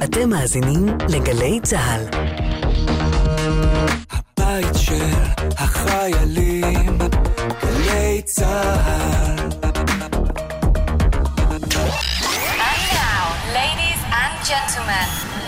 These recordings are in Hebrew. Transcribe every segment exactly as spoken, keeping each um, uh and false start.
אתם מאזינים לגלי צהל. הבית של החיילים, גלי צהל. And now, ladies and gentlemen,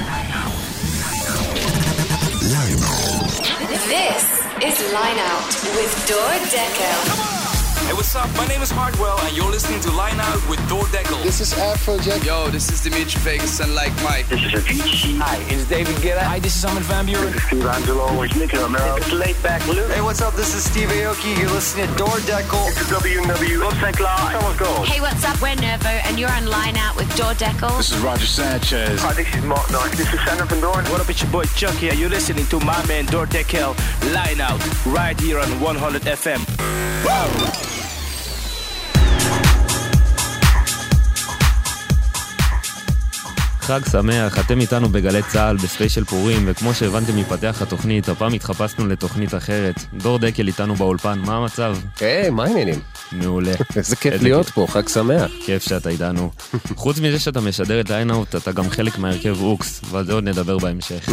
Line Out. this is Line Out with Dor Dekel. Hey, what's up? My name is Hardwell, and you're listening to Line Out with Dor Dekel. This is Afrojack. Yo, this is Dimitri Vegas and Like Mike. This is Avicii. Hi, it's David Guetta. Hi, this is Armin van Buuren. This is Steve Angelo. It's Nicky Romero. It's Laid Back Luke. Hey, what's up? This is Steve Aoki. You're listening to Dor Dekel. This is W and W. Rob Saint Clair. Thomas Gold. Hey, what's up? We're Nervo, and you're on Line Out with Dor Dekel. This is Roger Sanchez. Hi, this is Mark Knight. This is Sandra Van Doorn. What up, it's your boy Chuck here. You're listening to my man Dor Dekel, Line Out, right here on one hundred F M. Whoa! חג שמח, אתם איתנו בגלי צהל בספיישל פורים, וכמו שהבנתם מפתח התוכנית, הפעם התחפשנו לתוכנית אחרת. דור דקל איתנו באולפן, מה המצב? היי, מה העניינים? מעולה. איזה כיף להיות פה, חג שמח. כיף שאתה איתנו. חוץ מזה שאתה משדר את ליינאוט, אתה גם חלק מהרכב אוקס, ועל זה עוד נדבר בהמשך.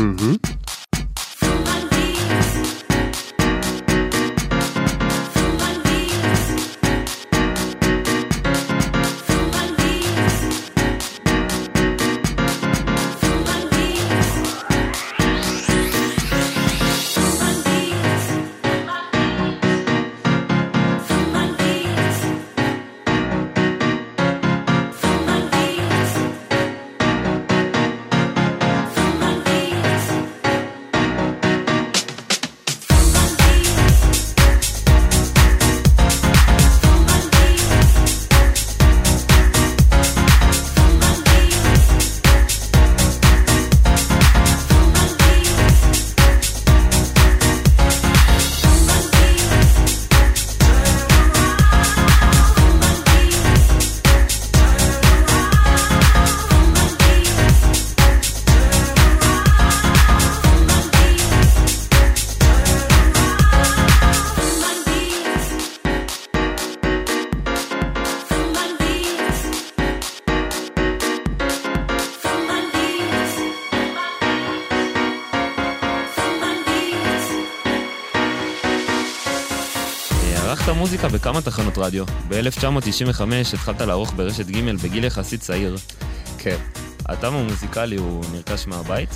מוזיקה בכמה תחנות רדיו. ב-אלף תשע מאות תשעים וחמש התחלת לערוך ברשת ג' בגיל יחסית צעיר. כן. הטעם המוזיקלי הוא נרכש מהבית?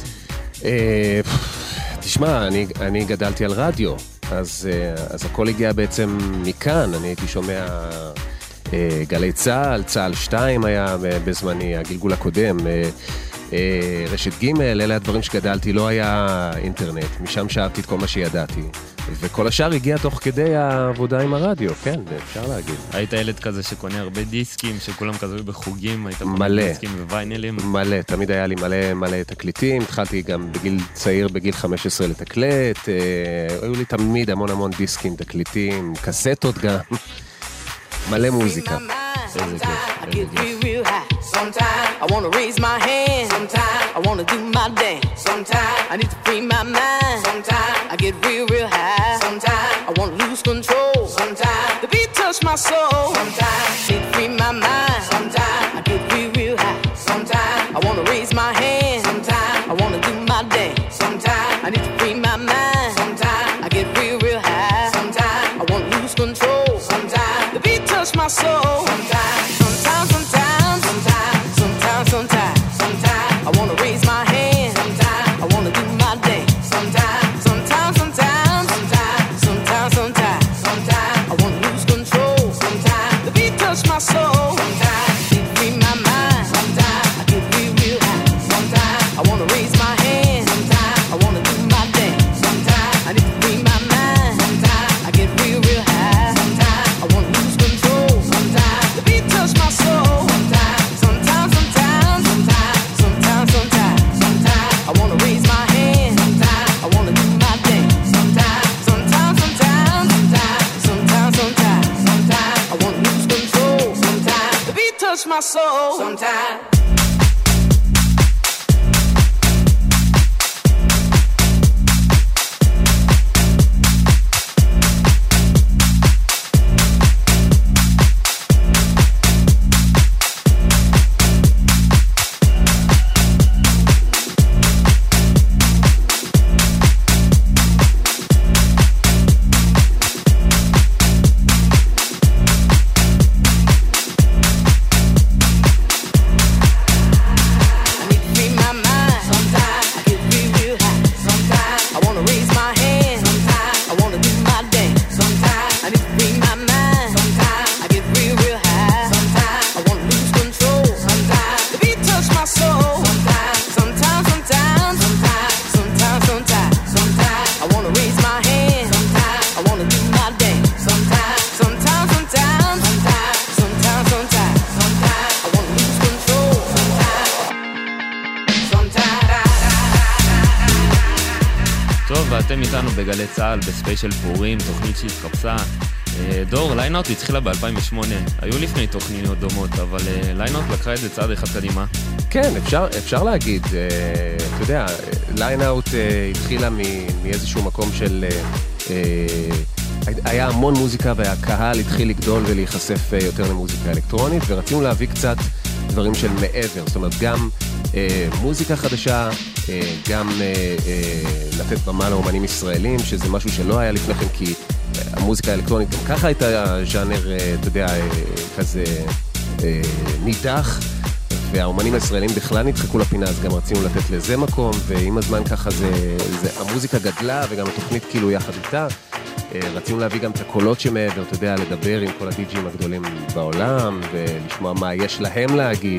תשמע, אני, אני גדלתי על רדיו, אז, אז הכל הגיע בעצם מכאן. אני הייתי שומע גלי צהל, צהל שתיים היה בזמני, הגלגול הקודם, רשת ג', אלה הדברים שגדלתי, לא היה אינטרנט, משם שאהבתי את כל מה שידעתי. וכל השאר הגיע תוך כדי העבודה עם הרדיו, כן, אפשר להגיד. היית ילד כזה שקונה הרבה דיסקים, שכולם כזה בחוגים, היית מלא, דיסקים וויינלים? מלא, תמיד היה לי מלא מלא תקליטים, התחלתי גם בגיל צעיר, בגיל חמש עשרה לתקלט, אה, היו לי תמיד המון המון דיסקים, תקליטים, קסטות גם, מלא מוזיקה. איזה כיף, איזה כיף. Sometimes I want to raise my hand. Sometimes I want to do my dance. Sometimes I need to free my mind. Sometimes I get real, real high. Sometimes I want to lose control. Sometimes the beat touch my soul. Sometimes I need to free my mind. Sometimes I get real, real high. Sometimes I want to raise my hand. Sometimes I want to do my dance. Sometimes I need to free my mind. Sometimes I get real, real high. Sometimes I want to lose control. Sometimes the beat touch my soul. Sometimes, sometimes, sometimes, sometimes, sometimes, sometimes, sometimes I want to raise my hand. Sometimes I want to do my dance. Sometimes, sometimes, sometimes, sometimes, sometimes, sometimes, sometimes I want to lose control. Sometimes the beat touch my soul. Sometimes it free my mind. Sometimes I get real, real high. Sometimes I want to raise my hand. Sometimes I want to do my dance. Sometimes I need to free my mind. Sometimes I get real, real high. Sometimes I want to lose control. Sometimes the beat touch my soul. Sometimes, sometimes, sometimes, sometimes, sometimes, sometimes, sometimes I want to raise my hand. Sometimes I want to do my dance. Sometimes, sometimes, sometimes, sometimes, sometimes, sometimes, sometimes I want to lose control. Sometimes the beat touch my soul. Sometimes. ואתם איתנו בגלי צהל בספיישל פורים, תוכנית שהתחפשה. דור, ליינאוט התחילה ב-אלפיים ושמונה, היו לפני תוכניות דומות, אבל ליינאוט לקחה את זה צעד אחד קדימה. כן, אפשר, אפשר להגיד, אתה יודע, ליינאוט התחילה מאיזשהו מקום של... היה המון מוזיקה והקהל התחיל לגדול ולהיחשף יותר למוזיקה אלקטרונית, ורצינו להביא קצת דברים של מעבר, זאת אומרת גם אה, מוזיקה חדשה, אה, גם אה, אה, לתת במה לאומנים ישראלים, שזה משהו שלא היה לפני כן, כי המוזיקה האלקטרונית גם ככה הייתה ז'אנר, אה, אתה יודע, אה, כזה אה, נידח, והאומנים הישראלים בכלל נדחקו לפינה, אז גם רצינו לתת לזה מקום, ועם הזמן ככה זה, זה, המוזיקה גדלה, וגם התוכנית כאילו יחד איתה, רצינו להביא גם את הקולות שמעבר, אתה יודע, לדבר עם כל הדי-ג'ים הגדולים בעולם, ולשמוע מה יש להם להגיד,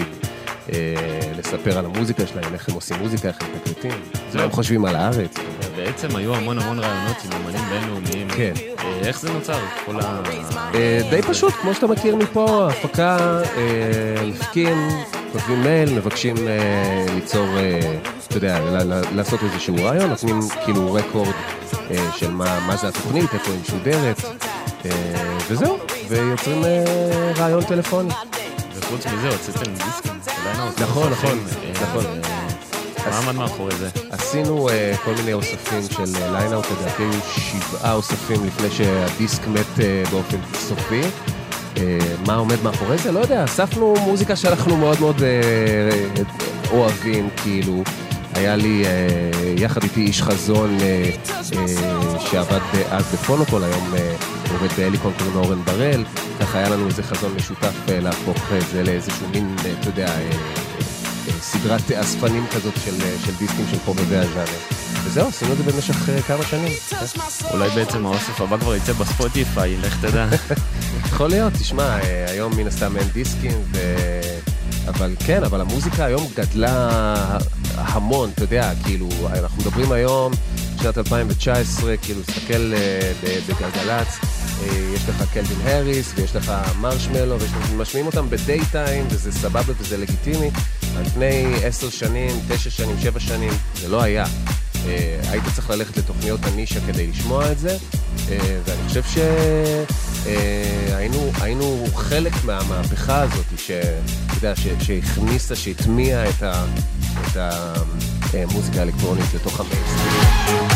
לספר על המוזיקה שלהם, איך הם עושים מוזיקה, איך הם מקליטים, מה הם חושבים על הארץ. בעצם היו המון המון רעיונות עם אמנים בינלאומיים. כן. איך זה נוצר? כל ה... די פשוט, כמו שאתה מכיר מפה, הפקה, מפקים, כותבים מייל, מבקשים ליצור, אתה יודע, לעשות איזשהו רעיון, נותנים כאילו רקורד של מה, מה זה התוכנית, איפה היא משודרת, וזהו, ויוצרים רעיון טלפוני. וחוץ מזה, הוצאתם דיסקים. נכון, נכון, נכון. מה עמד מאחורי זה? עשינו כל מיני אוספים של ליינאוט, לדעתי היו שבעה אוספים לפני שהדיסק מת באופן סופי. מה עומד מאחורי זה? לא יודע, אספנו מוזיקה שאנחנו מאוד מאוד אוהבים, כאילו. היה לי יחד איתי איש חזון שעבד אז בפונוקול, היום עובד באליקון, קוראים אורן ברל, ככה היה לנו איזה חזון משותף להפוך את זה לאיזשהו מין, אתה יודע, סדרת אספנים כזאת של, של דיסקים של חובבי הז'אנר. וזהו, עשינו את זה במשך כמה שנים. אולי בעצם האוסף הבא כבר יצא בספוטיפיי, לך תדע. יכול להיות, תשמע, היום מן הסתם אין דיסקים, ו... אבל כן, אבל המוזיקה היום גדלה המון, אתה יודע, כאילו, אנחנו מדברים היום, שנת אלפיים תשע עשרה, כאילו, תסתכל בגלגלץ, יש לך קלווין הריס, ויש לך מרשמלו, ומשמיעים אותם בדיי טיים, וזה סבבה וזה לגיטימי. לפני עשר שנים, תשע שנים, שבע שנים, זה לא היה. היית צריך ללכת לתוכניות הנישה כדי לשמוע את זה, ואני חושב שהיינו חלק מהמהפכה הזאת, שהכניסה, שהטמיעה את המוזיקה האלקטרונית לתוך המיינסטרים.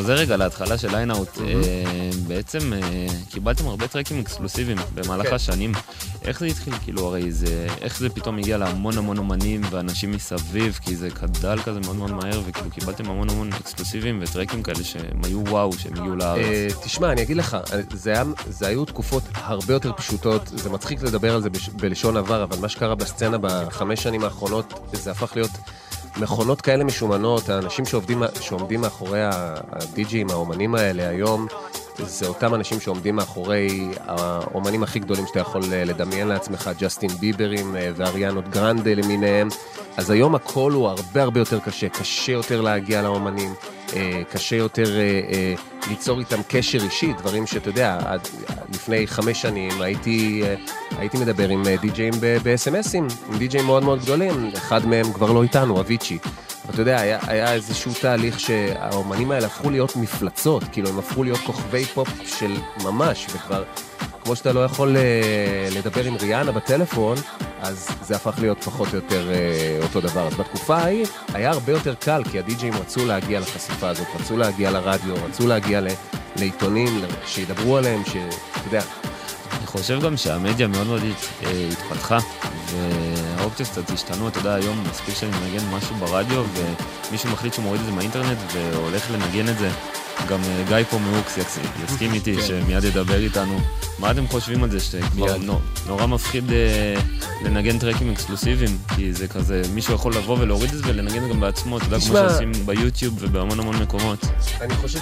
נחזר רגע להתחלה של ליינאוט. בעצם קיבלתם הרבה טרקים אקסקלוסיביים במהלך השנים. איך זה התחיל? כאילו, הרי זה, איך זה פתאום הגיע להמון המון אומנים ואנשים מסביב, כי זה גדל כזה מאוד מאוד מהר, וכאילו קיבלתם המון המון אקסקלוסיביים וטרקים כאלה שהם היו וואו, שהם הגיעו לארץ. תשמע, אני אגיד לך, זה היו תקופות הרבה יותר פשוטות, זה מצחיק לדבר על זה בלשון עבר, אבל מה שקרה בסצנה בחמש שנים האחרונות, זה הפך להיות מכונות כאלה משומנות, האנשים שעובדים, שעומדים מאחורי הדי-ג'ים, האומנים האלה היום, זה אותם אנשים שעומדים מאחורי האומנים הכי גדולים שאתה יכול לדמיין לעצמך, ג'סטין ביברים ואריאנות גרנדה למיניהם. אז היום הכל הוא הרבה הרבה יותר קשה, קשה יותר להגיע לאומנים, קשה יותר ליצור איתם קשר אישי, דברים שאתה יודע, לפני חמש שנים הייתי, הייתי מדבר עם די-ג'ים ב-אס אם אסים, עם די-ג'ים מאוד מאוד גדולים, אחד מהם כבר לא איתנו, אביצ'י. ואתה יודע, היה, היה איזשהו תהליך שהאומנים האלה הפכו להיות מפלצות, כאילו הם הפכו להיות כוכבי פופ של ממש, וכבר כמו שאתה לא יכול לדבר עם ריאנה בטלפון, אז זה הפך להיות פחות או יותר אותו דבר. אז בתקופה ההיא היה הרבה יותר קל, כי הדי-ג'ים רצו להגיע לחשיפה הזאת, רצו להגיע לרדיו, רצו להגיע לעיתונים, שידברו עליהם, שאתה יודע. אני חושב גם שהמדיה מאוד מאוד התפתחה, והאופציות קצת השתנו. אתה יודע, היום מספיק שאני מנגן משהו ברדיו, ומישהו מחליט שהוא מוריד את זה מהאינטרנט, והולך לנגן את זה. גם גיא פה מאוקס יסכים איתי, שמיד ידבר איתנו. מה אתם חושבים על זה? שכבר נורא מפחיד לנגן טרקים אקסקלוסיביים, כי זה כזה, מישהו יכול לבוא ולהוריד את זה ולנגן גם בעצמו, אתה יודע, כמו שעושים ביוטיוב ובהמון המון מקומות. אני חושב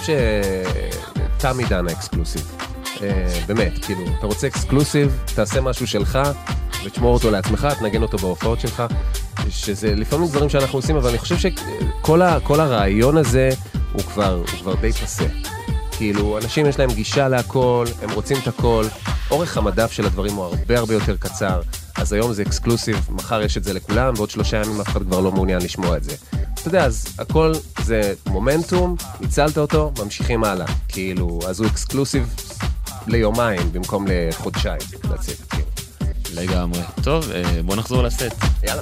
שתם עידן האקסקלוסיב. באמת, כאילו, אתה רוצה אקסקלוסיב, תעשה משהו שלך, ותשמור אותו לעצמך, תנגן אותו בהופעות שלך, שזה לפעמים דברים שאנחנו עושים, אבל אני חושב שכל ה, כל הרעיון הזה הוא כבר, הוא כבר די פסה. כאילו, אנשים יש להם גישה להכל, הם רוצים את הכל, אורך המדף של הדברים הוא הרבה הרבה יותר קצר, אז היום זה אקסקלוסיב, מחר יש את זה לכולם, ועוד שלושה ימים אף אחד כבר לא מעוניין לשמוע את זה. אתה יודע, אז הכל זה מומנטום, ניצלת אותו, ממשיכים הלאה. כאילו, אז הוא אקסקלוסיב ליומיים במקום לחודשיים. that's it, כאילו. לגמרי. טוב, בוא נחזור לסט. יאללה.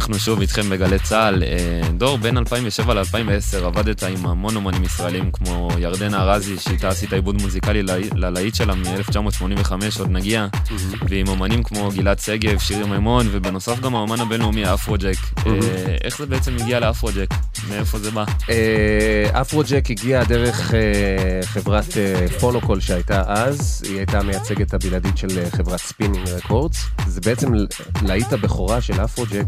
אנחנו שוב איתכם בגלי צהל. דור, בין אלפיים ושבע ל-אלפיים ועשר עבדת עם המון אומנים ישראלים כמו ירדנה ארזי, שאיתה עשית עיבוד מוזיקלי ללהיט שלה מ-אלף תשע מאות שמונים וחמש, עוד נגיע, ועם אומנים כמו גלעד שגב, שירי מימון, ובנוסף גם האומן הבינלאומי האפרוג'ק. איך זה בעצם הגיע לאפרוג'ק? מאיפה זה בא? אפרוג'ק הגיע דרך חברת פונוקול שהייתה אז, היא הייתה מייצגת הבלעדית של חברת ספינינג רקורדס. זה בעצם להיט הבכורה של אפרוג'ק,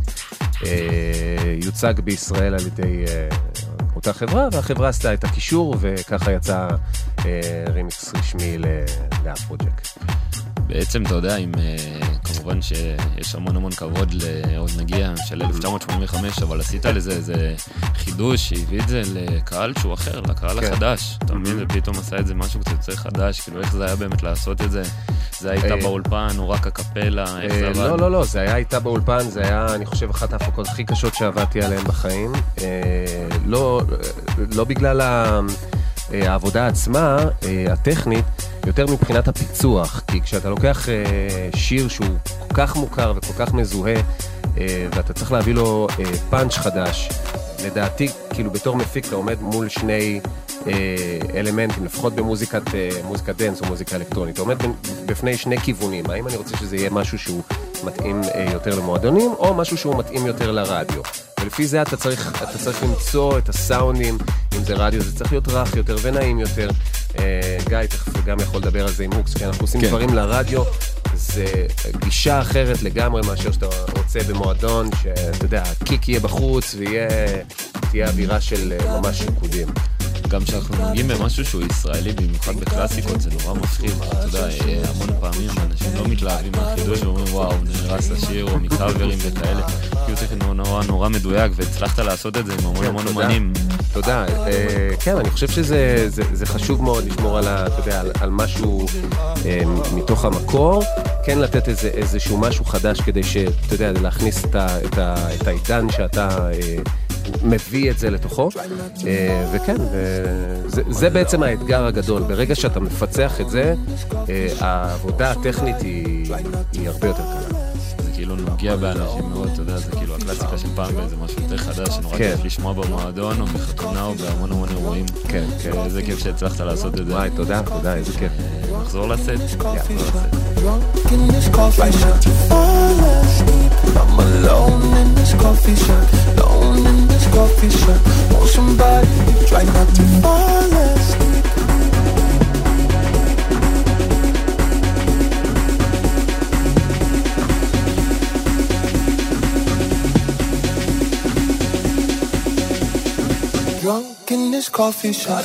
יוצג בישראל על ידי אותה חברה, והחברה עשתה את הקישור, וככה יצא רימיקס רשמי לאפרוג'ק. בעצם אתה יודע, אם כמובן שיש המון המון כבוד לעוד נגיע של אלף תשע מאות שמונים וחמש, אבל עשית לזה איזה חידוש שהביא את זה לקהל שהוא אחר, לקהל החדש. אתה מבין, ופתאום עשה את זה משהו קצת יותר חדש, כאילו איך זה היה באמת לעשות את זה? זה היה איתה באולפן, או רק הקפלה, איך זה עבד? לא, לא, לא, זה היה איתה באולפן, זה היה, אני חושב, אחת ההפקות הכי קשות שעבדתי עליהן בחיים. לא, לא בגלל העבודה עצמה, הטכנית, יותר מבחינת הפיצוח, כי כשאתה לוקח שיר שהוא כל כך מוכר וכל כך מזוהה, ואתה צריך להביא לו פאנץ' חדש, לדעתי, כאילו בתור מפיק אתה עומד מול שני אלמנטים, לפחות במוזיקת מוזיקת דנס או מוזיקה אלקטרונית, אתה עומד בפני שני כיוונים. האם אני רוצה שזה יהיה משהו שהוא מתאים יותר למועדונים, או משהו שהוא מתאים יותר לרדיו? ולפי זה אתה צריך, אתה צריך למצוא את הסאונדים. אם זה רדיו, זה צריך להיות רך יותר ונעים יותר. גיא, תכף גם יכול לדבר על זה עם הוקס, כי אנחנו עושים דברים לרדיו, זה גישה אחרת לגמרי מאשר שאתה רוצה במועדון, שאתה יודע, הקיק יהיה בחוץ ותהיה אווירה של ממש ריקודים. גם שאנחנו נוגעים במשהו שהוא ישראלי, במיוחד בקלאסיקות, זה נורא מפחיד. אתה יודע, המון פעמים אנשים לא מתלהבים מהחידוש ואומרים, וואו, נרס השיר, או מקאברים וכאלה. כאילו זה נורא נורא מדויק, והצלחת לעשות את זה עם המון המון אומנים. תודה. כן, אני חושב שזה חשוב מאוד לשמור על, אתה יודע, על משהו מתוך המקור, כן לתת איזשהו משהו חדש כדי שאתה יודע, להכניס את העידן שאתה מביא את זה לתוכו, וכן, זה בעצם האתגר הגדול. ברגע שאתה מפצח את זה, העבודה הטכנית היא הרבה יותר קלה. זה כאילו נוגע באנשים מאוד, אתה יודע, זה כאילו הקלאסיקה של פעם, זה משהו יותר חדש, שנורא כיף לשמוע במועדון, או בחתונה, או בהמון המון אירועים. כן, כן. איזה כיף שהצלחת לעשות את זה. וואי, תודה, תודה, איזה כיף. נחזור לסט? נחזור לסט. In this coffee shop to fall asleep. I'm alone in this coffee shop, alone in this coffee shop. Want somebody to try not to fall asleep. Drunk in this coffee shop.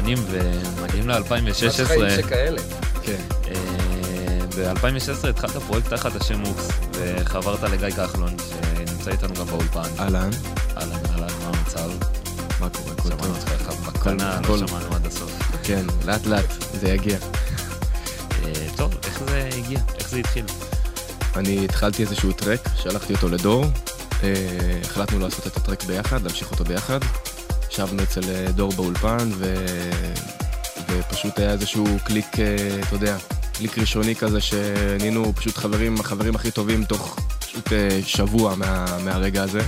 שנים ומגיעים ל-אלפיים ושש עשרה. מה חיים שכאלה? כן. ב-אלפיים ושש עשרה התחלת פרויקט תחת השם מוקס, וחברת לגיא כחלון, שנמצא איתנו גם באולפן. אהלן. אהלן, אהלן, מה המצב? מה קורה? שמענו אותך אחד בקנה, לא שמענו עד הסוף. כן, לאט לאט, זה יגיע. טוב, איך זה הגיע? איך זה התחיל? אני התחלתי איזשהו טרק, שלחתי אותו לדור, החלטנו לעשות את הטרק ביחד, להמשיך אותו ביחד. ישבנו אצל דור באולפן, ו... ופשוט היה איזשהו קליק, אתה יודע, קליק ראשוני כזה, שנהיינו פשוט חברים, החברים הכי טובים תוך פשוט שבוע מה... מהרגע הזה.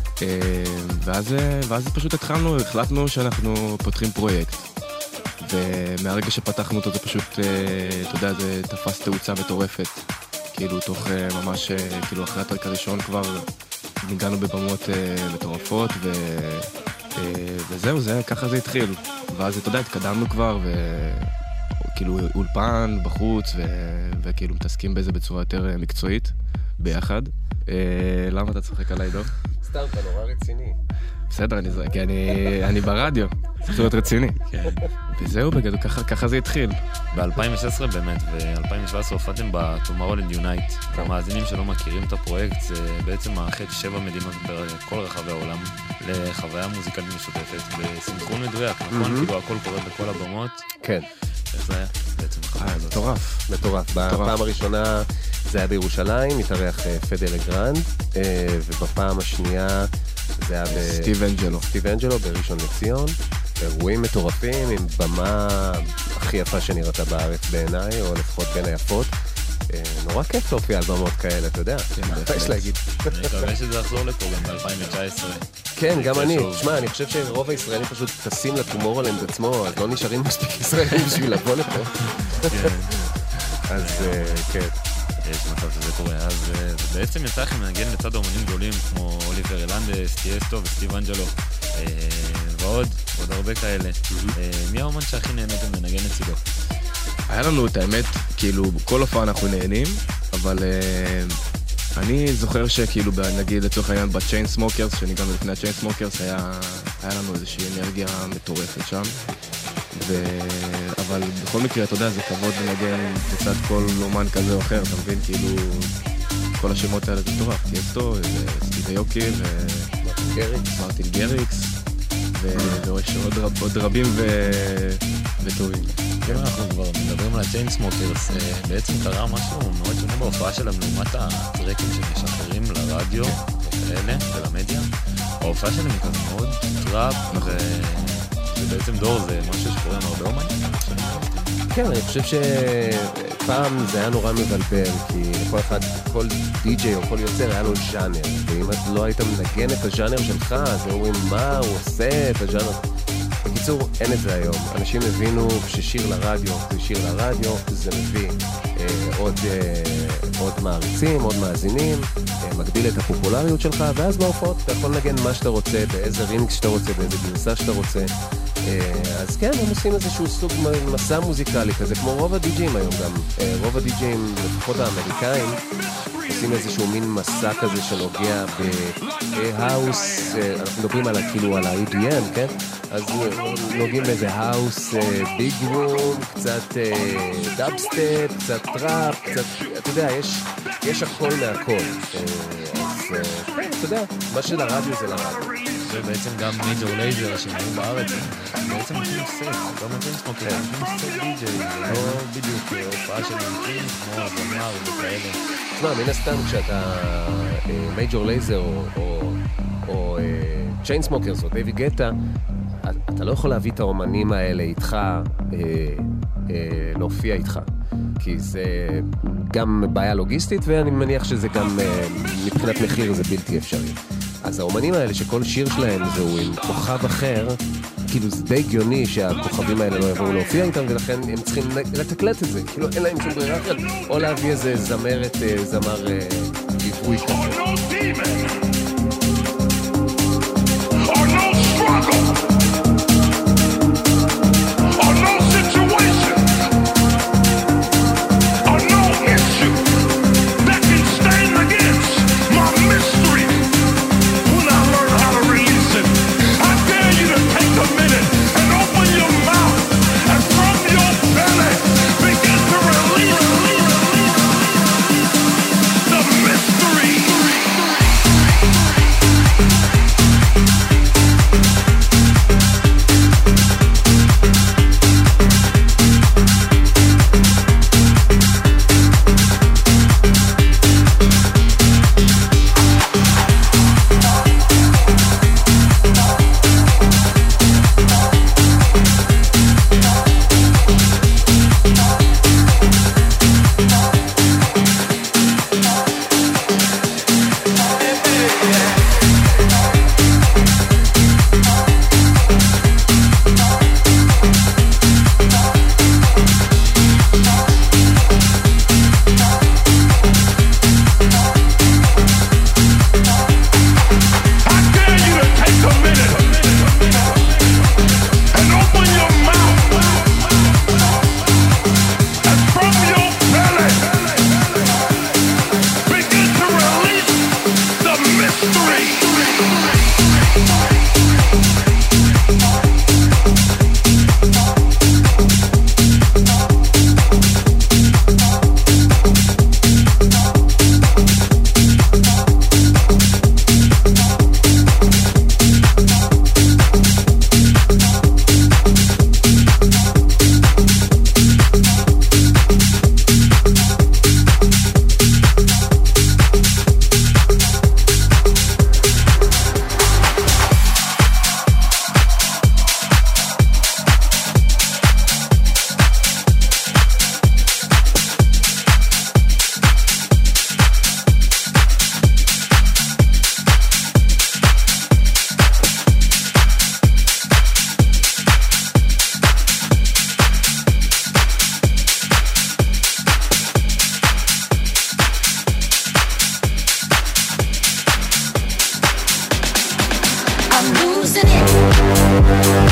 ואז, ואז פשוט התחלנו, החלטנו שאנחנו פותחים פרויקט. ומהרגע שפתחנו אותו זה פשוט, אתה יודע, זה תפס תאוצה מטורפת. כאילו תוך ממש, כאילו אחרי הטרק הראשון כבר ניגענו בבמות מטורפות, ו... וזהו, זה, ככה זה התחיל. ואז, אתה יודע, התקדמנו כבר, וכאילו אולפן בחוץ, ו... וכאילו מתעסקים בזה בצורה יותר מקצועית, ביחד. למה אתה צוחק עליי, דוב? סתם, אתה נורא רציני. בסדר, אני, כי אני, אני ברדיו, צריך להיות רציני. כן. וזהו, בגדול, ככה, ככה זה התחיל. ב-אלפיים ושש עשרה באמת, ו-אלפיים שבע עשרה הופעתם ב-Tomorrowland Unite. המאזינים שלא מכירים את הפרויקט, זה בעצם מאחד שבע מדינות בכל רחבי העולם, לחוויה מוזיקלית משותפת, בסינכרון מדויק, נכון? כאילו הכל קורה בכל הבמות. כן. איך זה היה? בעצם החוויה הזאת. מטורף. מטורף. בפעם הראשונה זה היה בירושלים, התארח פדה לגרנד, ובפעם השנייה זה היה סטיב אנג'לו. סטיב אנג'לו בראשון לציון. אירועים מטורפים עם במה הכי יפה שנראתה בארץ בעיניי, או לפחות בין היפות. נורא כיף להופיע על במות כאלה, אתה יודע. מה יש להגיד? אני מקווה שזה יחזור לפה גם ב-אלפיים תשע עשרה. כן, גם אני. תשמע, אני חושב שרוב הישראלים פשוט טסים לטומורלנד עצמו, אז לא נשארים מספיק ישראלים בשביל לבוא לפה. אז כן. יש מצב שזה קורה. אז בעצם יצא לכם לנגן לצד אומנים גדולים כמו אוליבר אלנדס, טיאסטו וסטיב אנג'לו ועוד, עוד הרבה כאלה. מי האומן שהכי נהניתם לנגן לצידו? היה לנו את האמת, כאילו, כל הופעה אנחנו נהנים, אבל אני זוכר שכאילו, נגיד לצורך העניין ב-Chainsmokers, שניגענו לפני ה-Chainsmokers, היה לנו איזושהי אנרגיה מטורפת שם. ו... אבל בכל מקרה, אתה יודע, זה כבוד לנגן לצד כל אומן כזה או אחר, אתה מבין? כאילו, כל השמות האלה זה מטורף. טיאסטו, סטיב איוקי ומרטין גריקס, ויש עוד רבים וטובים. אם אנחנו כבר מדברים על ה-Chainsmokers, בעצם קרה משהו מאוד שונה בהופעה שלהם לעומת הטרקים שמשחררים לרדיו וכאלה ולמדיה. ההופעה שלהם היא כזה מאוד טראפ, ובעצם דור זה משהו שקורה עם הרבה אומנים. כן, אני חושב שפעם זה היה נורא מבלבל, כי לכל אחד, כל די-ג'יי או כל יוצר היה לו ז'אנר, ואם את לא היית מנגן את הז'אנר שלך, אז אומרים מה הוא עושה את הז'אנר. בקיצור, אין את זה היום. אנשים הבינו ששיר לרדיו זה שיר לרדיו, זה מביא אה, עוד, אה, עוד מעריצים, עוד מאזינים, אה, מגדיל את הפופולריות שלך, ואז בהופעות אתה יכול לנגן מה שאתה רוצה, באיזה רינקס שאתה רוצה, באיזה גרסה שאתה רוצה. אה, אז כן, הם עושים איזשהו סוג מסע מוזיקלי כזה, כמו רוב הדי-ג'ים היום גם. אה, רוב הדי-ג'ים, לפחות האמריקאים, עושים איזשהו מין מסע כזה שנוגע בהאוס, אנחנו מדברים על, כאילו על ה-אי די אם, כן? אז נוגעים באיזה האוס ביג רום, קצת דאבסטפ, קצת טראפ, קצת, אתה יודע, יש, יש הכל מהכל. אז אתה יודע, מה של הרדיו זה לרדיו. ובעצם גם מייג'ור לייזר שנהיו בארץ, בעצם עושים סט, גם ה-Chainsmokers, עושים סט די-ג'יי, לא בדיוק הופעה של מנקים כמו זמר וכאלה. תשמע, מן הסתם כשאתה מייג'ור לייזר או Chainsmokers או דייוויד גטה, אתה לא יכול להביא את האומנים האלה איתך, להופיע איתך. כי זה גם בעיה לוגיסטית, ואני מניח שזה גם מבחינת מחיר זה בלתי אפשרי. אז האומנים האלה שכל שיר שלהם זהו עם כוכב אחר, כאילו זה די הגיוני שהכוכבים האלה לא יבואו להופיע איתם, ולכן הם צריכים לתקלט את זה. כאילו אין להם שום ברירה אחרת, או להביא איזה זמרת, זמר ליווי כזה. Take a minute and open your mouth.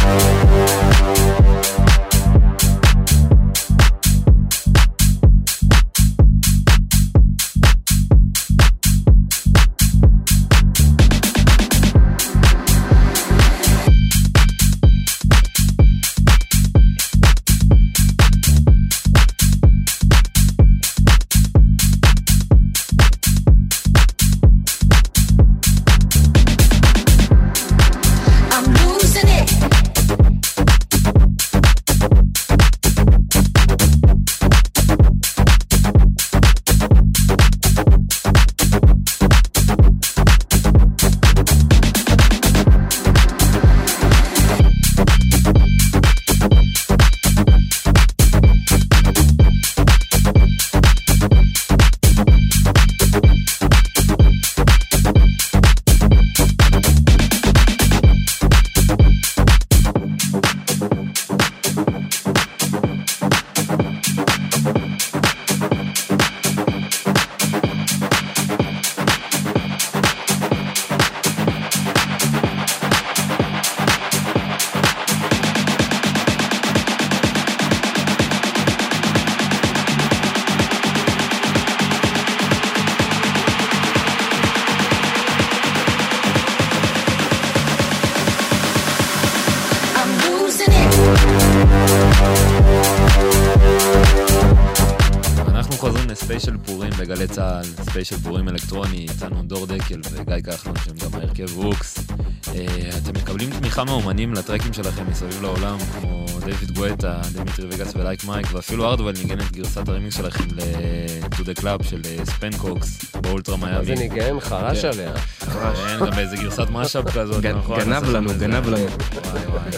ספיישל פורים בגלי צהל, ספיישל פורים אלקטרוני, יצאנו דור דקל וגיא כחלון שהם גם ההרכב ווקס. אתם מקבלים תמיכה מאומנים לטרקים שלכם מסביב לעולם, כמו דיוויד גואטה, דמיטרי וגאס ולייק מייק, ואפילו ארדוול ניגן את גרסת הרמיקס שלכם ל-To The Club של ספנקוקס באולטרה מיאמי. זה ניגן חרש עליה. כן, גם באיזה גרסת משאפ כזאת. גנב לנו, גנב לנו. וואי וואי.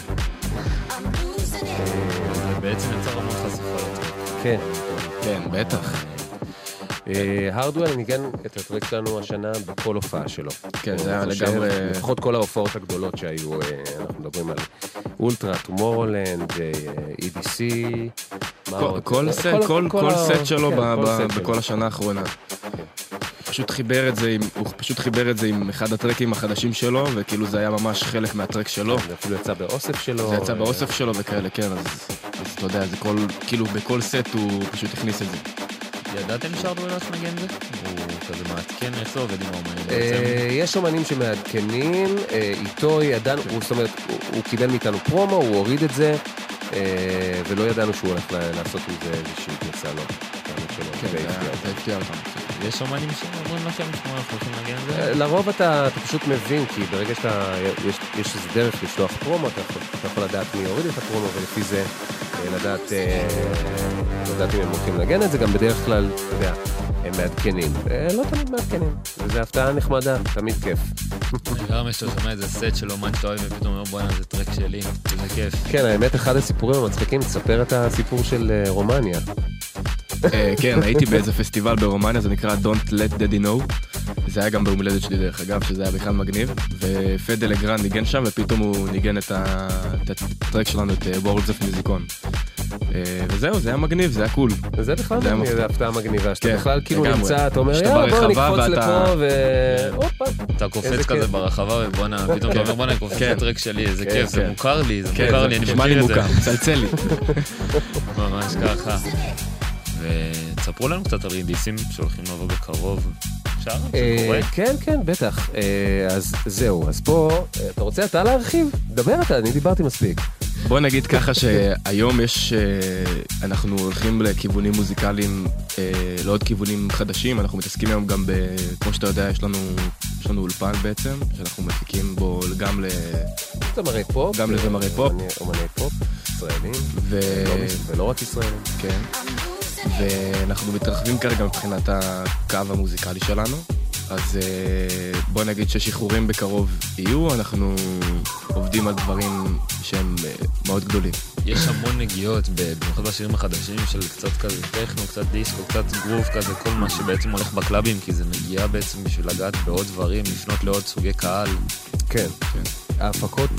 זה בעצם יצר המון חשיפה לטרק. כן. כן, בטח. הרדוול ניגן את הטרק שלנו השנה בכל הופעה שלו. כן, זה היה לגמרי... לפחות כל ההופעות הגדולות שהיו, אנחנו מדברים על אולטרה, טומורלנד, אי די סי. כל סט שלו בכל השנה האחרונה. פשוט חיבר את זה, הוא פשוט חיבר את זה עם אחד הטרקים החדשים שלו, וכאילו זה היה ממש חלק מהטרק שלו. זה אפילו יצא באוסף שלו. זה יצא באוסף שלו וכאלה, כן, אז אתה יודע, זה כל, כאילו בכל סט הוא פשוט הכניס את זה. ידעתם שהרדוול נגן זה? הוא כזה מעדכן, איך זה עובד עם האומנים? יש אומנים שמעדכנים, איתו ידענו, זאת אומרת, הוא קיבל מאיתנו פרומו, הוא הוריד את זה, ולא ידענו שהוא הולך לעשות עם זה איזושהי כנסה, לא. כן, זה הפתיע אותם. יש אומנים שאומרים לכם כמו אנחנו הולכים לנגן זה? לרוב אתה פשוט מבין, כי ברגע שאתה, יש איזה דרך לשלוח פרומו, אתה יכול לדעת מי הוריד את הפרומו, ולפי זה לדעת לדעת אם הם הולכים לנגן את זה, גם בדרך כלל, אתה יודע, הם מעדכנים. לא תמיד מעדכנים, וזו הפתעה נחמדה, תמיד כיף. גם יש לו שומע איזה סט של אומן שאתה אוהב, ופתאום אומר בואי, זה טרק שלי, זה כיף. כן, האמת, אחד הסיפורים המצחיקים, תספר את הסיפור של רומניה. כן, הייתי באיזה פסטיבל ברומניה, זה נקרא Don't Let Daddy Know. זה היה גם ביום הולדת שלי דרך אגב, שזה היה בכלל מגניב. ופדה לגרנד ניגן שם, ופתאום הוא ניגן את הטרק שלנו, את Worlds of Musicon. וזהו, זה היה מגניב, זה היה קול. זה בכלל מגניב, זה הפתעה מגניבה, שאתה בכלל כאילו נמצא, אתה אומר, יאללה בוא נקפוץ לפה ו... אתה קופץ כזה ברחבה, ובואנה, פתאום אתה אומר, בואנה, אני קופץ לטרק שלי, איזה כיף, זה מוכר לי, זה מוכר לי, אני מכיר את זה. צלצל לי. ממש ככה. ותספרו לנו קצת על רידיסים שהולכים לבוא בקרוב. אפשר? זה קורה? כן, כן, בטח. אז זהו, אז פה, אתה רוצה אתה להרחיב? דבר אתה, אני דיברתי מספיק. בוא נגיד ככה שהיום יש, אנחנו הולכים לכיוונים מוזיקליים, לעוד כיוונים חדשים, אנחנו מתעסקים היום גם, כמו שאתה יודע, יש לנו, יש לנו אולפן בעצם, שאנחנו מפיקים בו גם לזמרי פופ, גם לזמרי פופ, אומני פופ, ישראלים, ולא רק ישראלים. כן. ואנחנו מתרחבים כרגע מבחינת הקו המוזיקלי שלנו, אז בוא נגיד ששחרורים בקרוב יהיו, אנחנו עובדים על דברים שהם מאוד גדולים. יש המון נגיעות, במיוחד בשירים החדשים של קצת כזה טכנו, קצת דיסקו, קצת גרוב כזה, כל מה שבעצם הולך בקלאבים, כי זה נגיעה בעצם בשביל לגעת בעוד דברים, לפנות לעוד סוגי קהל. כן, כן. ההפקות,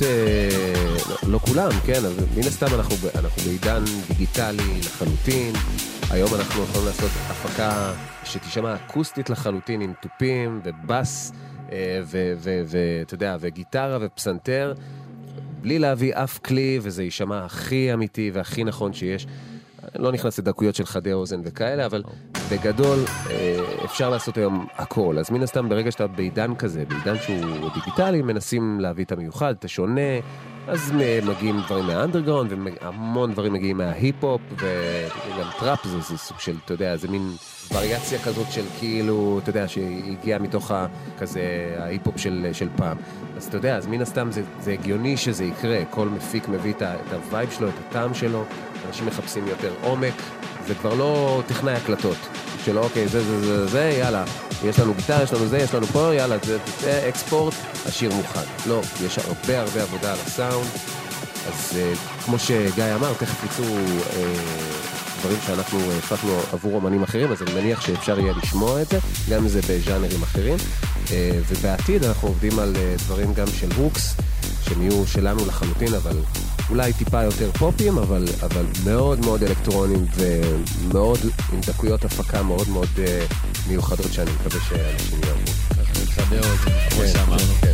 לא כולם, כן, אבל מן הסתם אנחנו בעידן דיגיטלי לחלוטין. היום אנחנו יכולים לעשות הפקה שתשמע אקוסטית לחלוטין עם טופים ובס ואתה יודע, וגיטרה ופסנתר בלי להביא אף כלי, וזה יישמע הכי אמיתי והכי נכון שיש. לא נכנס לדקויות של חדי אוזן וכאלה, אבל בגדול אפשר לעשות היום הכל. אז מן הסתם ברגע שאתה בעידן כזה, בעידן שהוא דיגיטלי, מנסים להביא את המיוחד, את השונה, אז מגיעים דברים מהאנדרגראונד, והמון דברים מגיעים מההיפ-הופ, וגם טראפ זה, זה סוג של, אתה יודע, זה מין וריאציה כזאת של כאילו, אתה יודע, שהגיעה מתוך כזה ההיפ-הופ של, של פעם. אז אתה יודע, אז מן הסתם זה, זה הגיוני שזה יקרה, כל מפיק מביא את, את הווייב שלו, את הטעם שלו, אנשים מחפשים יותר עומק, זה כבר לא טכנאי הקלטות, שלא, אוקיי, זה, זה, זה, זה, יאללה, יש לנו גיטר, יש לנו זה, יש לנו פה, יאללה, זה, זה, אקספורט, השיר מוכן. לא, יש הרבה הרבה עבודה על הסאונד, אז אה, כמו שגיא אמר, תכף יצאו אה, דברים שאנחנו הפקנו עבור אומנים אחרים, אז אני מניח שאפשר יהיה לשמוע את זה, גם אם זה בז'אנרים אחרים, אה, ובעתיד אנחנו עובדים על אה, דברים גם של הוקס, שהם יהיו שלנו לחלוטין, אבל אולי טיפה יותר פופים, אבל, אבל מאוד מאוד אלקטרונים ומאוד עם דקויות הפקה מאוד מאוד uh, מיוחדות שאני מקווה שאנשים יאהבו. ככה מתחבר אותי, כמו שאמרנו. כן.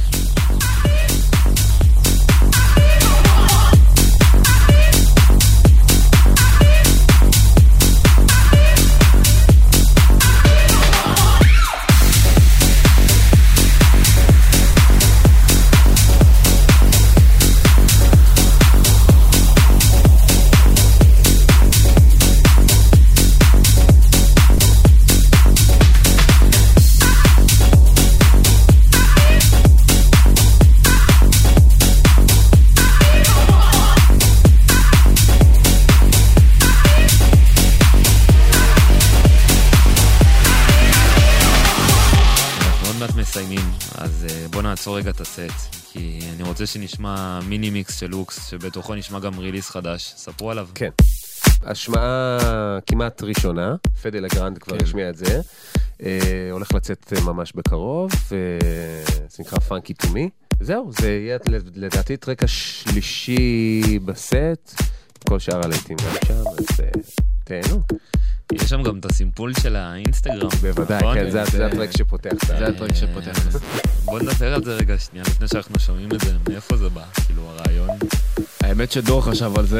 נעצור רגע את הסט, כי אני רוצה שנשמע מיני מיקס של הוקס, שבתוכו נשמע גם ריליס חדש. ספרו עליו. כן. השמעה כמעט ראשונה, פדי לגרנד כבר השמיע את זה, אה, הולך לצאת ממש בקרוב, אה, זה נקרא Funky to Me. זהו, זה יהיה לדעתי טרק השלישי בסט, כל שאר הלהיטים גם שם, אז אה, תהנו. יש שם גם את הסימפול של האינסטגרם. בוודאי, כן, זה הטרק שפותח. זה הטרק שפותח. בוא נדבר על זה רגע שנייה, לפני שאנחנו שומעים את זה, מאיפה זה בא? כאילו הרעיון. האמת שדור חשב על זה.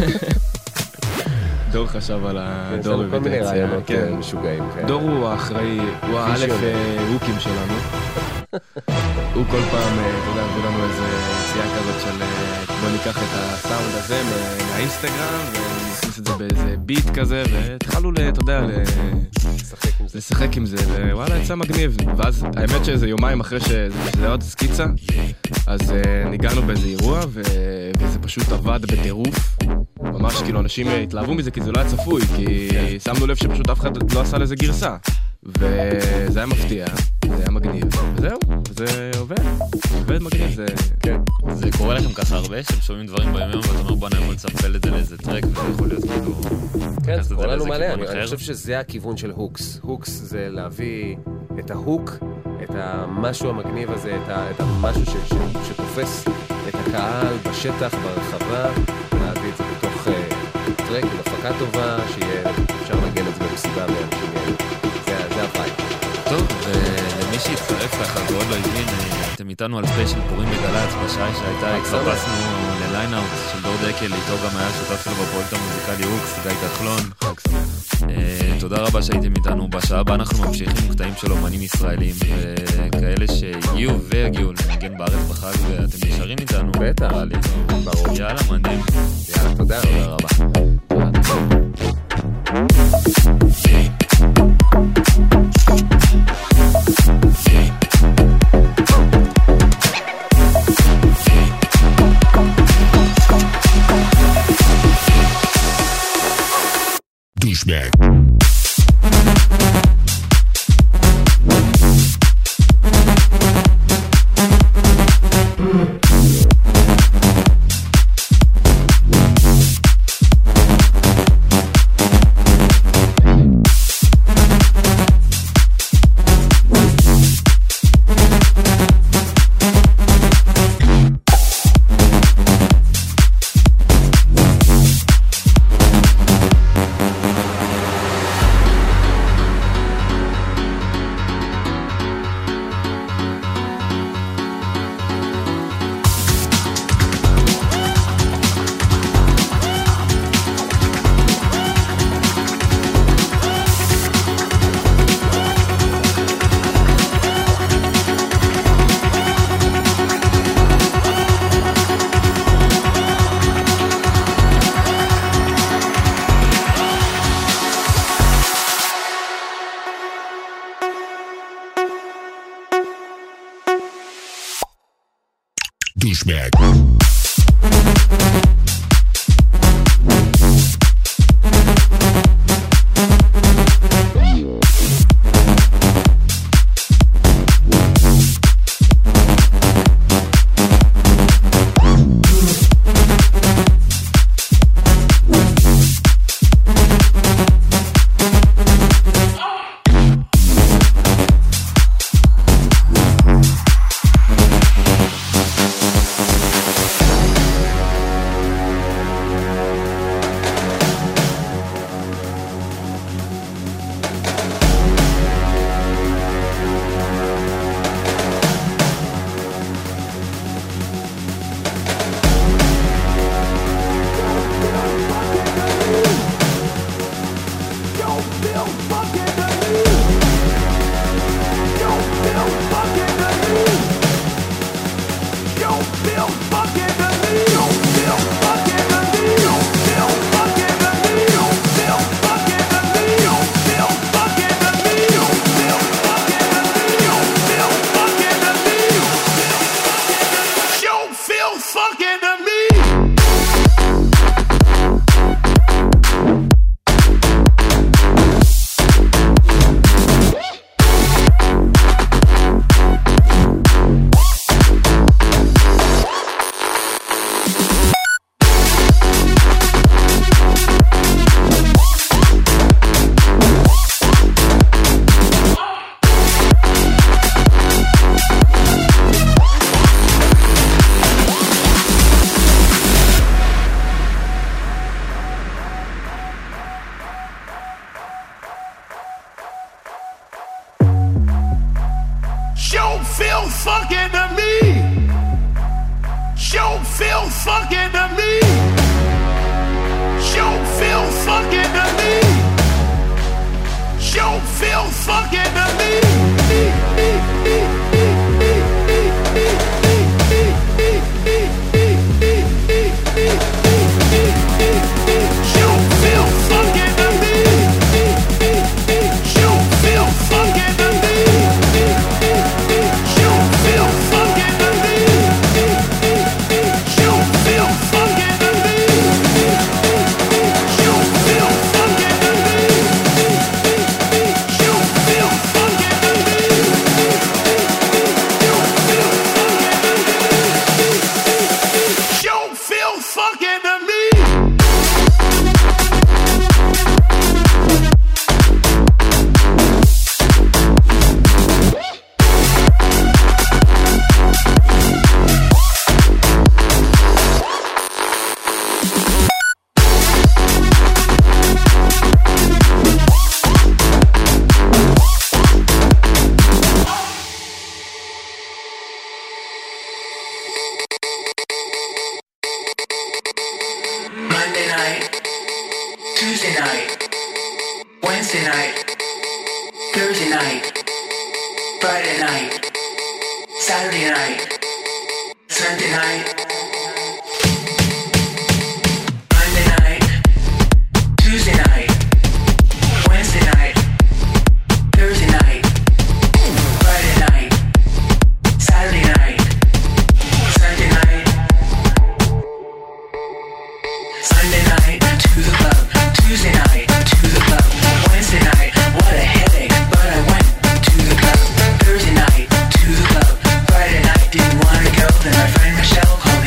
דור חשב על הדור. יש לנו כל מיני רעיונות משוגעים. דור הוא האחראי, הוא האלף הוקים שלנו. הוא כל פעם, אתה יודע, הביא לנו איזו יציאה כזאת של בוא ניקח את הסאונד הזה מהאינסטגרם ונכניס את זה באיזה ביט כזה, והתחלנו, אתה יודע, לשחק עם זה, ווואלה, יצא מגניב. ואז האמת שזה יומיים אחרי שזה עוד סקיצה, אז ניגענו באיזה אירוע, וזה פשוט עבד בטירוף. ממש כאילו אנשים התלהבו מזה, כי זה לא היה צפוי, כי שמנו לב שפשוט אף אחד לא עשה לזה גרסה. וזה היה מפתיע, זה היה מגניב, וזהו, זה עובד, עובד מגניב, זה... כן. זה קורה לכם ככה הרבה, שהם שומעים דברים בימים, ואתה אומר בוא נעמוד לצפל את זה לאיזה טרק, וזה יכול להיות כאילו... כן, זה קורה לנו מלא, אני חושב שזה הכיוון של הוקס. הוקס זה להביא את ההוק, את המשהו המגניב הזה, את המשהו שתופס את הקהל בשטח, ברחבה, להביא את זה בתוך טרק עם הפקה טובה, שיהיה אפשר לגן את זה במסיבה ואנשים יהיו. זה הפייק. טוב, ולמי שהצטרף ככה ועוד לא הבין, אתם איתנו על ספיישל פורים בגלץ, בשעה שהייתה, התחפשנו לליינאוט של דור דקל, איתו גם היה שותף שלו בפרויקט המוזיקלי הוקס, גיא כחלון. תודה רבה שהייתם איתנו. בשעה הבאה אנחנו ממשיכים עם קטעים של אומנים ישראלים, וכאלה שהגיעו ויגיעו לנגן בארץ בחג, ואתם נשארים איתנו. בטח. ברור. יאללה, מדהים. יאללה, תודה. תודה רבה. Douchebag. douchebag. Thursday night to the club, Friday night didn't wanna go, then my friend Michelle called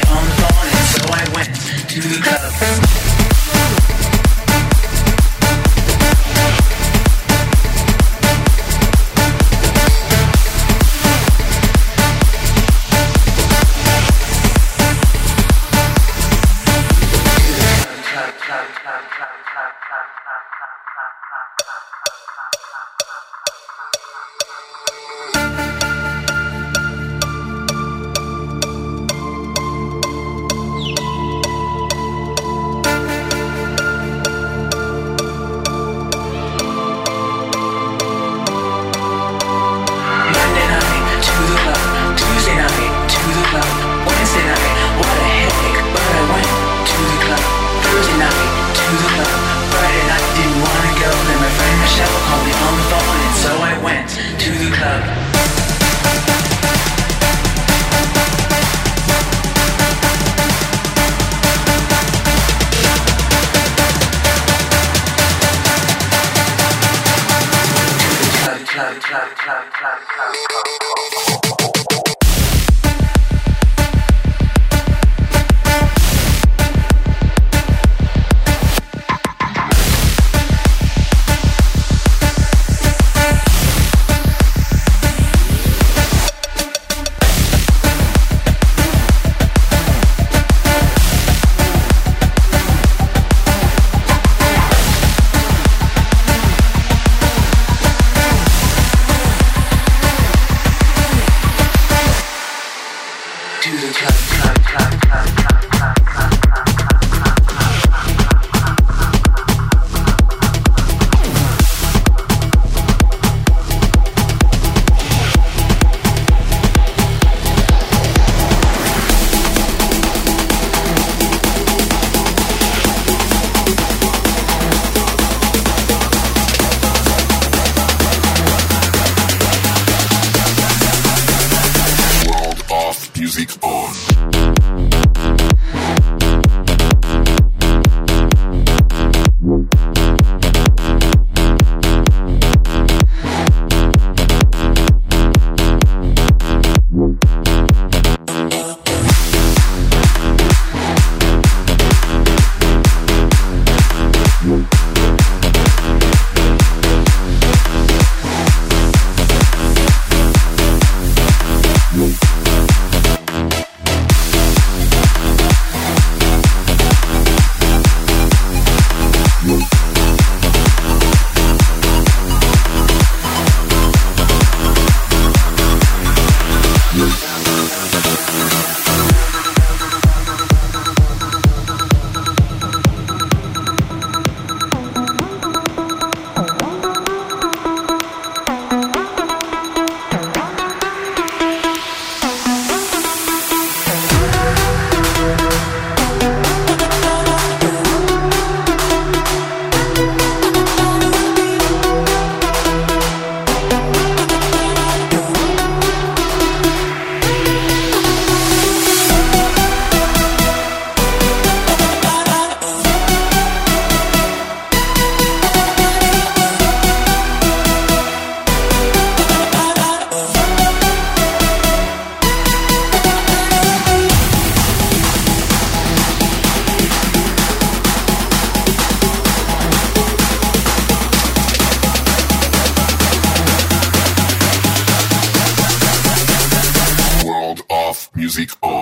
Music on.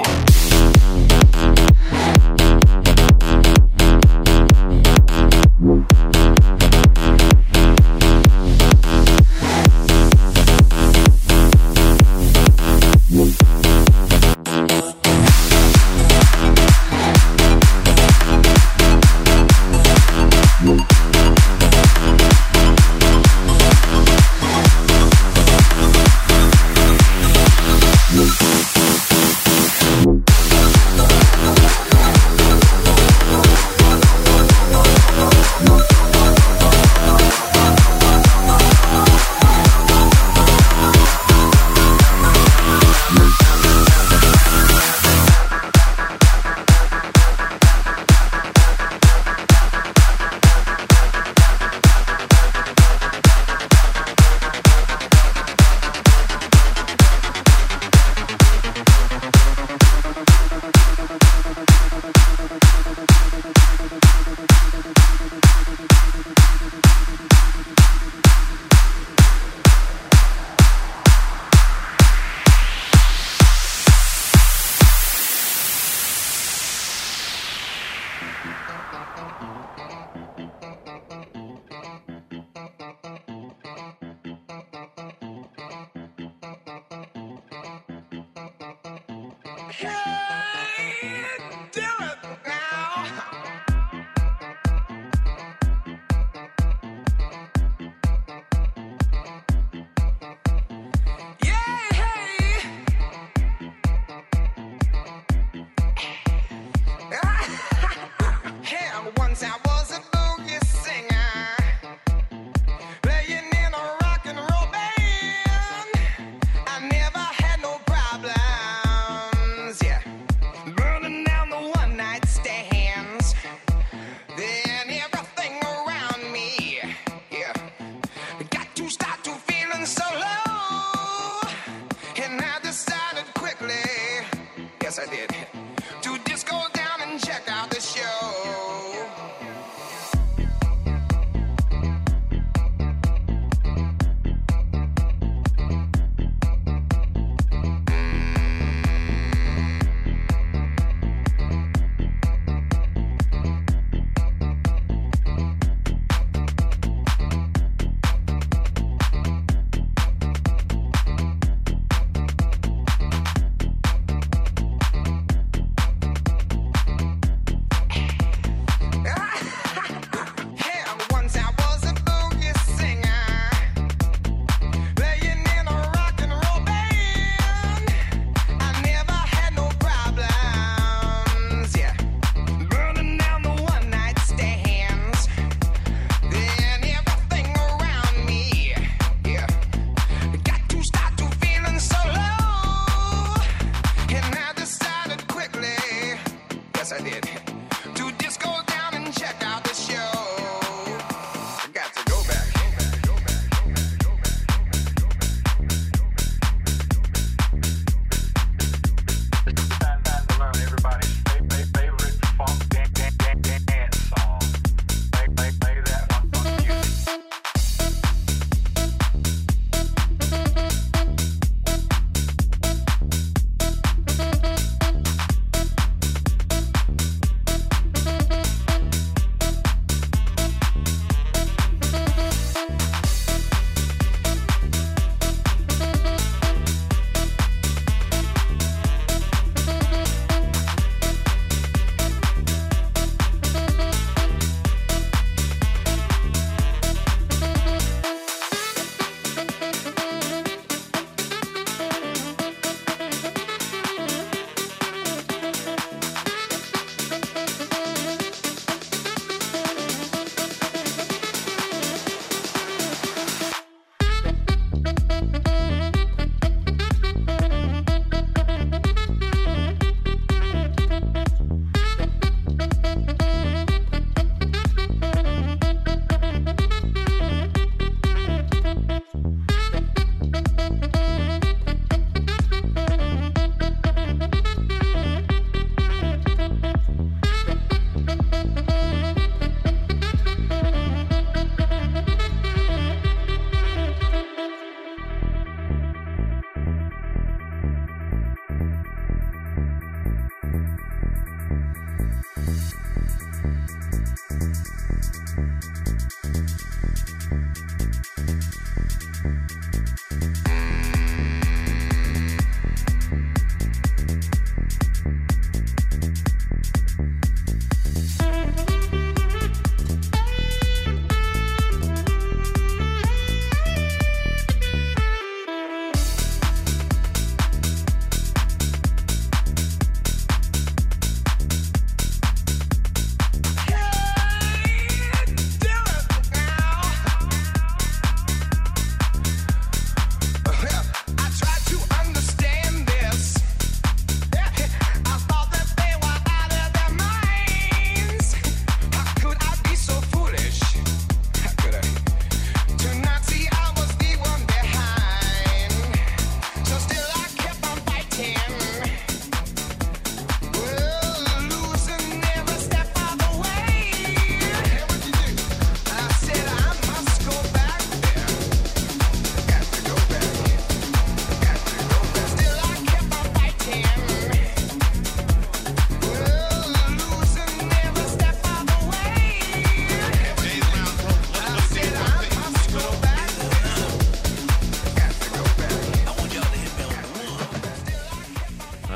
Burning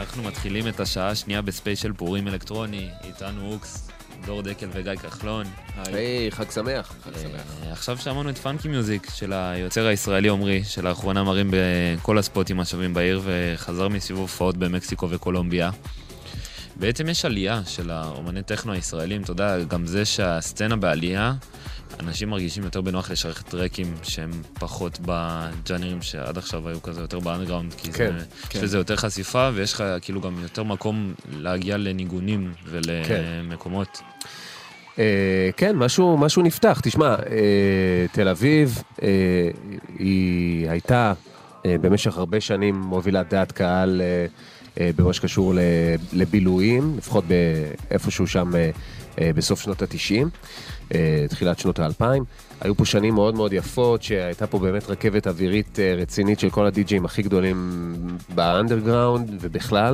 אנחנו מתחילים את השעה השנייה בספיישל פורים אלקטרוני, איתנו אוקס, דור דקל וגיא כחלון. היי, חג שמח. חג שמח. עכשיו שמענו את פאנקי מיוזיק של היוצר הישראלי עומרי, שלאחרונה מראים בכל הספוטים השווים בעיר, וחזר מסיבוב הופעות במקסיקו וקולומביה. בעצם יש עלייה של האומני טכנו הישראלים, אתה יודע, גם זה שהסצנה בעלייה, אנשים מרגישים יותר בנוח לשרך טרקים שהם פחות בג'אנרים שעד עכשיו היו כזה יותר באנדרגראונד, כי כן, זה, כן. יש לזה יותר חשיפה, ויש לך כאילו גם יותר מקום להגיע לניגונים ולמקומות. Uh, כן, משהו, משהו נפתח. תשמע, uh, תל אביב uh, היא הייתה uh, במשך הרבה שנים מובילת דעת קהל uh, uh, במה שקשור לבילויים, לפחות באיפשהו שם uh, uh, בסוף שנות ה-תשעים. תחילת שנות ה-אלפיים. היו פה שנים מאוד מאוד יפות, שהייתה פה באמת רכבת אווירית רצינית של כל הדי-ג'ים הכי גדולים באנדרגראונד ובכלל.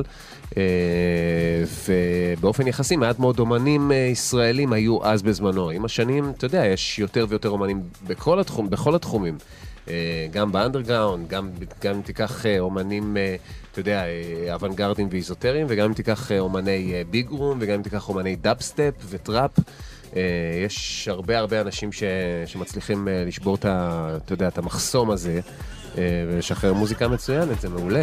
ובאופן יחסי, מעט מאוד אומנים ישראלים היו אז בזמנו. עם השנים, אתה יודע, יש יותר ויותר אומנים בכל התחום, בכל התחומים. גם באנדרגראונד, גם, גם אם תיקח אומנים, אתה יודע, אוונגרדים ואיזוטריים, וגם אם תיקח אומני ביג רום, וגם אם תיקח אומני דאפסטפ וטראפ. יש הרבה הרבה אנשים ש... שמצליחים לשבור את, ה... אתה יודע, את המחסום הזה ולשחרר מוזיקה מצוינת, זה מעולה.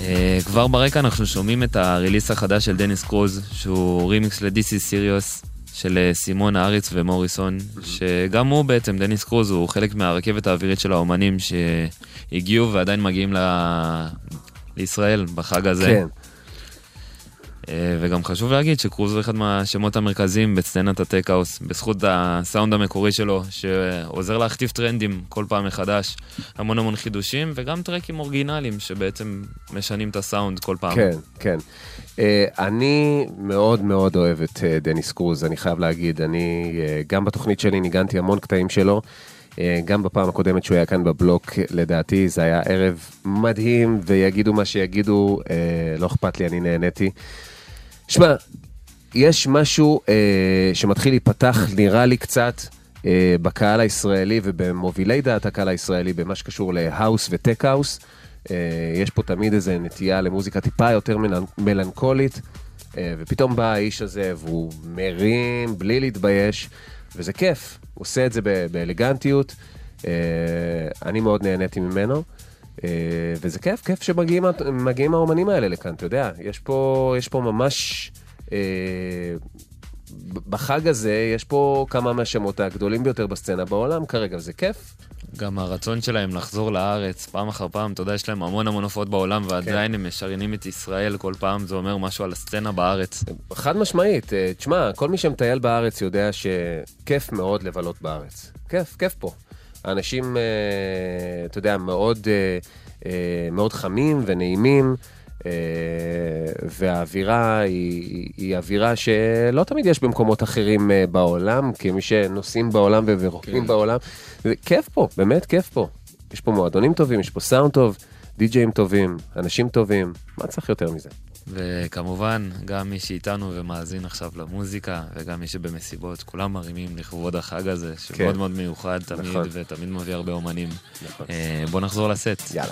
כבר ברקע אנחנו שומעים את הריליס החדש של דניס קרוז, שהוא רימיקס ל-This is Serious של סימון האריץ ומוריסון, שגם הוא בעצם, דניס קרוז, הוא חלק מהרכבת האווירית של האומנים שהגיעו ועדיין מגיעים ל... לישראל בחג הזה. כן. וגם חשוב להגיד שקרוז הוא אחד מהשמות המרכזיים בסצנת הטק-האוס, בזכות הסאונד המקורי שלו, שעוזר להכתיב טרנדים כל פעם מחדש, המון המון חידושים, וגם טרקים אורגינליים שבעצם משנים את הסאונד כל פעם. כן, כן. אני מאוד מאוד אוהב את דניס קרוז, אני חייב להגיד, אני גם בתוכנית שלי ניגנתי המון קטעים שלו, גם בפעם הקודמת שהוא היה כאן בבלוק, לדעתי זה היה ערב מדהים, ויגידו מה שיגידו, לא אכפת לי, אני נהניתי. שמע, יש משהו אה, שמתחיל להיפתח, נראה לי קצת, אה, בקהל הישראלי ובמובילי דעת הקהל הישראלי, במה שקשור להאוס וטק-האוס. אה, יש פה תמיד איזו נטייה למוזיקה טיפה יותר מלנכולית, אה, ופתאום בא האיש הזה והוא מרים בלי להתבייש, וזה כיף, הוא עושה את זה באלגנטיות, אה, אני מאוד נהניתי ממנו. וזה כיף, כיף שמגיעים האומנים האלה לכאן, אתה יודע, יש פה, יש פה ממש, בחג הזה, יש פה כמה מהשמות הגדולים ביותר בסצנה בעולם כרגע, זה כיף. גם הרצון שלהם לחזור לארץ פעם אחר פעם, אתה יודע, יש להם המון המון הופעות בעולם, ועדיין הם משריינים את ישראל כל פעם, זה אומר משהו על הסצנה בארץ. חד משמעית, תשמע, כל מי שמטייל בארץ יודע שכיף מאוד לבלות בארץ. כיף, כיף פה. האנשים, אתה יודע, מאוד, מאוד חמים ונעימים, והאווירה היא, היא אווירה שלא תמיד יש במקומות אחרים בעולם, כמי שנוסעים בעולם ורוקמים כן. בעולם. זה כיף פה, באמת כיף פה. יש פה מועדונים טובים, יש פה סאונד טוב, די-ג'יים טובים, אנשים טובים, מה צריך יותר מזה? וכמובן, גם מי שאיתנו ומאזין עכשיו למוזיקה, וגם מי שבמסיבות, כולם מרימים לכבוד החג הזה, שמאוד כן. מאוד מיוחד תמיד, נכון. ותמיד מביא הרבה אומנים. נכון. בוא נחזור לסט. יאללה.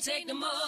take no more.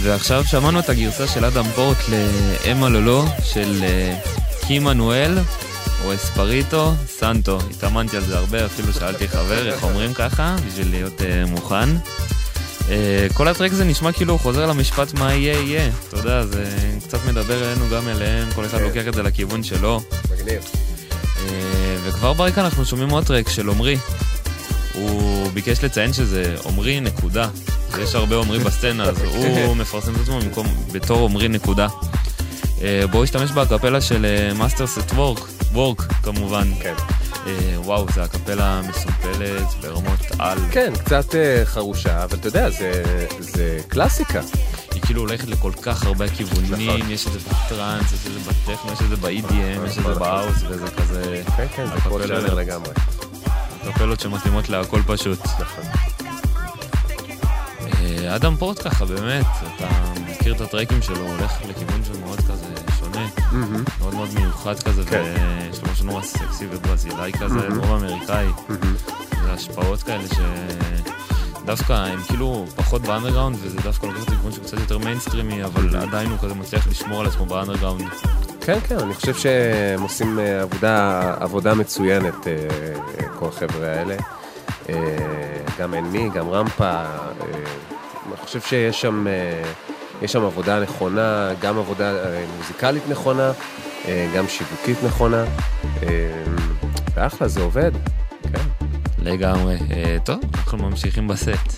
ועכשיו שמענו את הגרסה של אדם פורט לאמה לולו של קימנואל או אספריטו סנטו. התאמנתי על זה הרבה, אפילו שאלתי חבר איך אומרים ככה בשביל להיות מוכן. כל הטרק זה נשמע כאילו הוא חוזר למשפט מה יהיה יהיה, אתה יודע, זה קצת מדבר אלינו גם אליהם, כל אחד לוקח את זה לכיוון שלו. מגניב. וכבר ברקע אנחנו שומעים עוד טרק של עומרי. הוא ביקש לציין שזה עומרי נקודה, יש הרבה עומרי בסצנה, אז הוא מפרסם את עצמו במקום בתור עומרי נקודה. בואו השתמש בהקפלה של מאסטר סט וורק, וורק כמובן. כן. וואו, זה הקפלה מסומפלת ברמות על. כן, קצת חרושה, אבל אתה יודע, זה קלאסיקה. היא כאילו הולכת לכל כך הרבה כיוונים, יש את זה בטרנס, יש את זה בטכנו, יש את זה ב-אי די אם, יש את זה באוס, וזה כזה... כן, כן, זה כל ז'אנר לגמרי. הקפלות שמתאימות להכל פשוט. נכון. אדם פורט ככה, באמת, אתה מכיר את הטרקים שלו, הולך לכיוון של מאוד כזה שונה, מאוד מאוד מיוחד כזה, ויש לו משהו נורא סקסי וברזילאי כזה, דרום אמריקאי. זה השפעות כאלה שדווקא הם כאילו פחות באנדרגראונד, וזה דווקא לוקח את הכיוון שהוא קצת יותר מיינסטרימי, אבל עדיין הוא כזה מצליח לשמור על עצמו באנדרגראונד. כן, כן, אני חושב שהם עושים עבודה, עבודה מצוינת, כל החבר'ה האלה. גם אנמי, גם רמפה. אני חושב שיש שם, יש שם עבודה נכונה, גם עבודה מוזיקלית נכונה, גם שיווקית נכונה. ואחלה, זה עובד. כן. לגמרי. טוב, אנחנו ממשיכים בסט.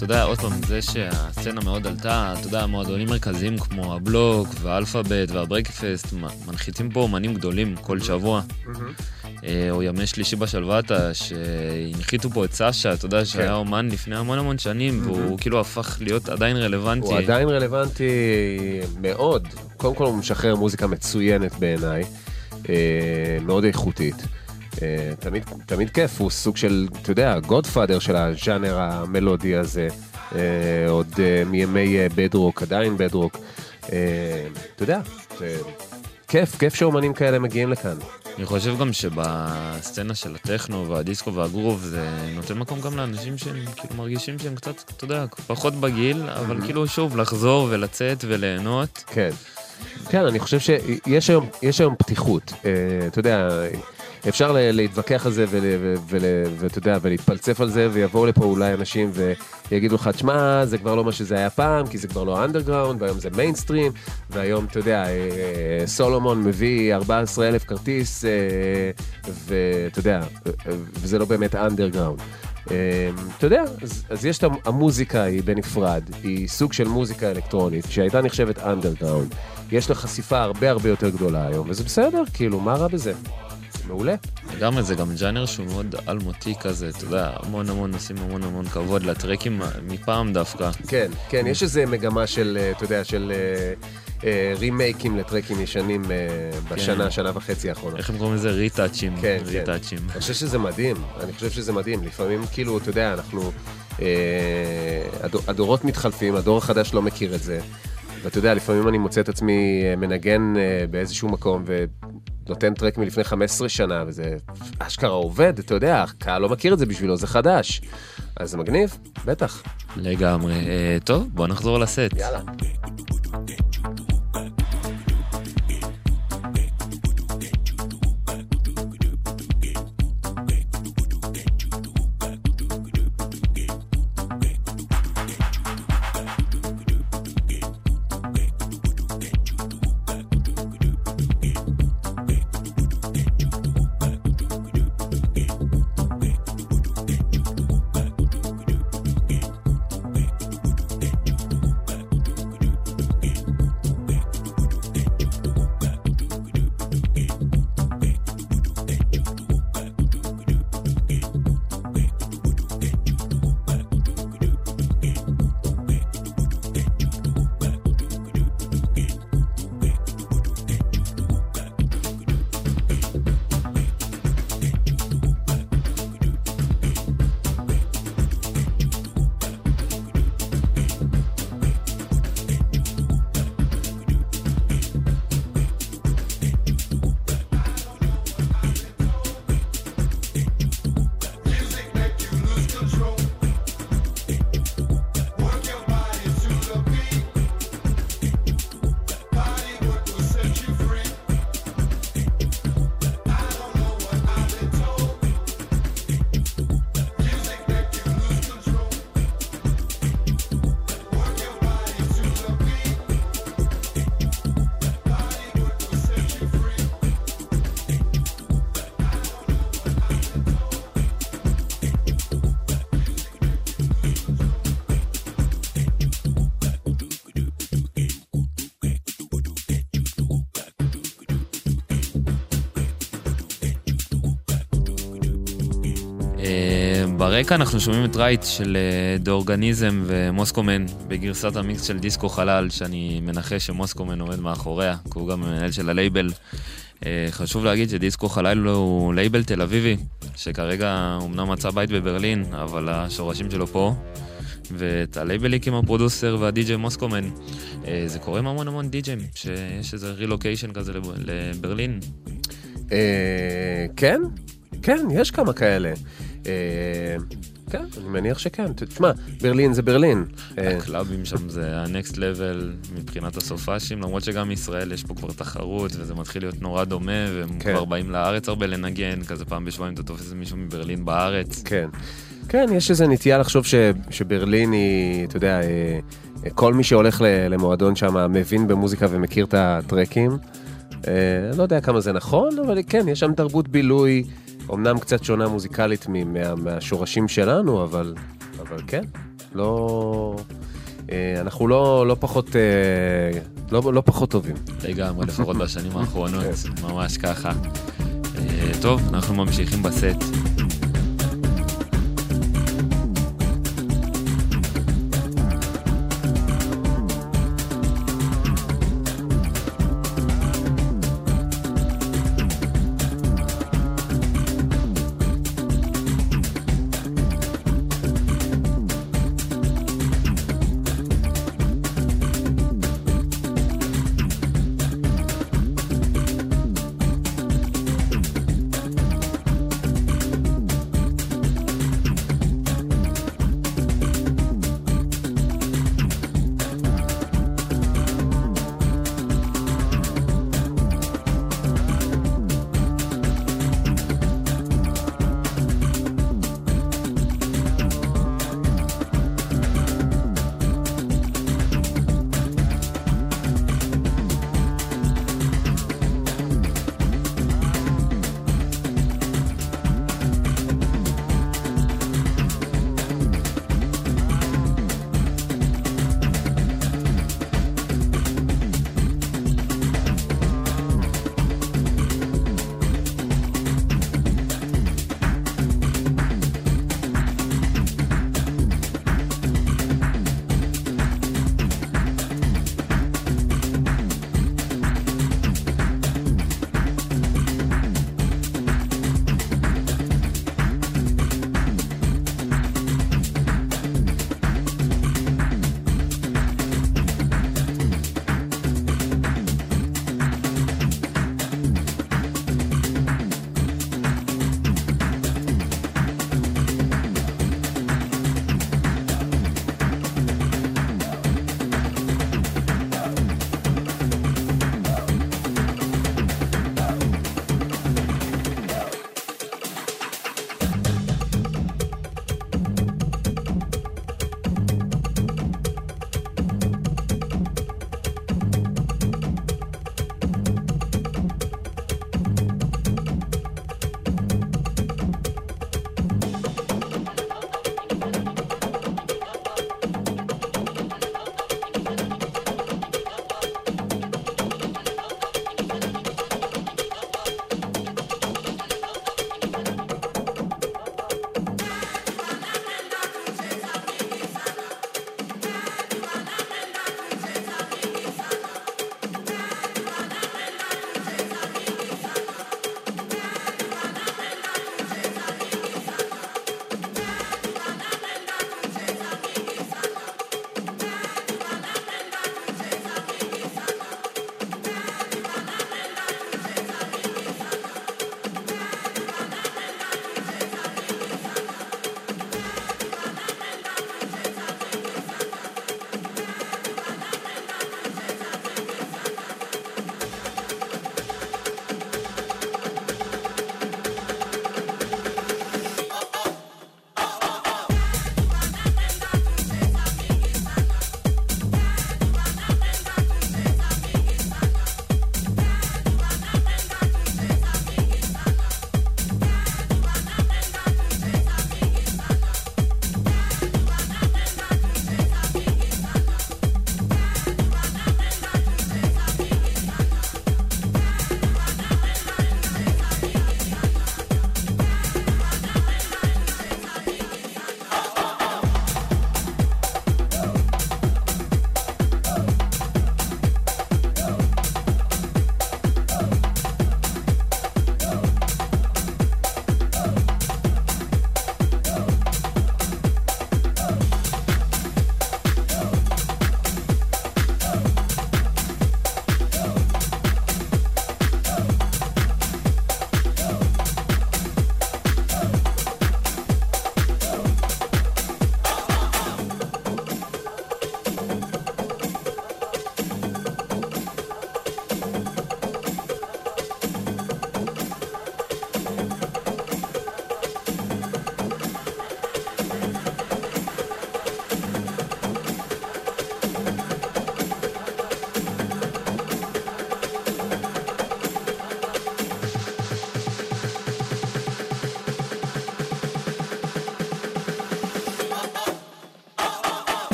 אתה יודע, עוד פעם, זה שהסצנה מאוד עלתה, אתה יודע, מועדונים מרכזיים כמו הבלוק והאלפאבית והברקפסט, מנחיתים פה אומנים גדולים כל שבוע. או ימי שלישי בשלוותה, שהנחיתו פה את סשה, אתה יודע, שהיה אומן לפני המון המון שנים, והוא כאילו הפך להיות עדיין רלוונטי. הוא עדיין רלוונטי מאוד. קודם כל הוא משחרר מוזיקה מצוינת בעיניי, מאוד איכותית. תמיד, תמיד כיף, הוא סוג של, אתה יודע, גודפאדר של הז'אנר המלודי הזה, עוד מימי בדרוק, עדיין בדרוק. אתה יודע, כיף, כיף שאומנים כאלה מגיעים לכאן. אני חושב גם שבסצנה של הטכנו והדיסקו והגרוב זה נותן מקום גם לאנשים שהם כאילו מרגישים שהם קצת, אתה יודע, פחות בגיל, אבל כאילו שוב לחזור ולצאת וליהנות. כן, כן, אני חושב שיש היום, יש היום פתיחות, אתה יודע, אפשר להתווכח על זה ואתה יודע, ולהתפלצף על זה, ויבואו לפה אולי אנשים ויגידו לך, תשמע, זה כבר לא מה שזה היה פעם, כי זה כבר לא אנדרגראונד, והיום זה מיינסטרים, והיום, אתה יודע, סולומון מביא ארבעה עשר אלף כרטיס, ואתה יודע, וזה לא באמת אנדרגראונד. אתה יודע, אז יש את המוזיקה, היא בנפרד, היא סוג של מוזיקה אלקטרונית, שהייתה נחשבת אנדרגראונד. יש לה חשיפה הרבה הרבה יותר גדולה היום, וזה בסדר, כאילו, מה רע בזה? מעולה. גם זה גם ג'אנר שהוא מאוד אלמותי כזה, אתה יודע, המון המון עושים המון המון כבוד לטרקים מפעם דווקא. כן, כן, יש איזה מגמה של, אתה יודע, של רימייקים לטרקים ישנים בשנה, שנה וחצי האחרונה. איך הם קוראים לזה? ריטאצ'ים. כן, כן. אני חושב שזה מדהים, אני חושב שזה מדהים. לפעמים, כאילו, אתה יודע, אנחנו, הדורות מתחלפים, הדור החדש לא מכיר את זה, ואתה יודע, לפעמים אני מוצא את עצמי מנגן באיזשהו מקום, ו... נותן טרק מלפני חמש עשרה שנה, וזה אשכרה עובד, אתה יודע, הקהל לא מכיר את זה בשבילו, זה חדש. אז זה מגניב, בטח. לגמרי. טוב, בוא נחזור לסט. יאללה. ברקע אנחנו שומעים את רייט של דה אורגניזם ומוסקומן בגרסת המיקס של דיסקו חלל, שאני מנחש שמוסקומן עומד מאחוריה, כי הוא גם מנהל של הלייבל. חשוב להגיד שדיסקו חלל הוא לייבל תל אביבי, שכרגע אומנם מצא בית בברלין, אבל השורשים שלו פה, ואת הלייבל הקים הפרודוסר והדי-ג'יי מוסקומן. זה קורה עם המון המון די-ג'ים, שיש איזה רילוקיישן כזה לברלין. כן, כן, יש כמה כאלה. כן, אני מניח שכן. תשמע, ברלין זה ברלין. הקלאבים שם זה ה-next level מבחינת הסופאשים, למרות שגם ישראל יש פה כבר תחרות, וזה מתחיל להיות נורא דומה, והם כבר באים לארץ הרבה לנגן, כזה פעם בשבועיים אתה תופס מישהו מברלין בארץ. כן, כן, יש איזו נטייה לחשוב שברלין היא, אתה יודע, כל מי שהולך למועדון שם מבין במוזיקה ומכיר את הטרקים. אני לא יודע כמה זה נכון, אבל כן, יש שם תרבות בילוי, אמנם קצת שונה מוזיקלית מה, מהשורשים שלנו, אבל, אבל כן. לא... אנחנו לא, לא פחות, לא, לא פחות טובים. לגמרי, לפחות בשנים האחרונות, ממש ככה. טוב, אנחנו ממשיכים בסט.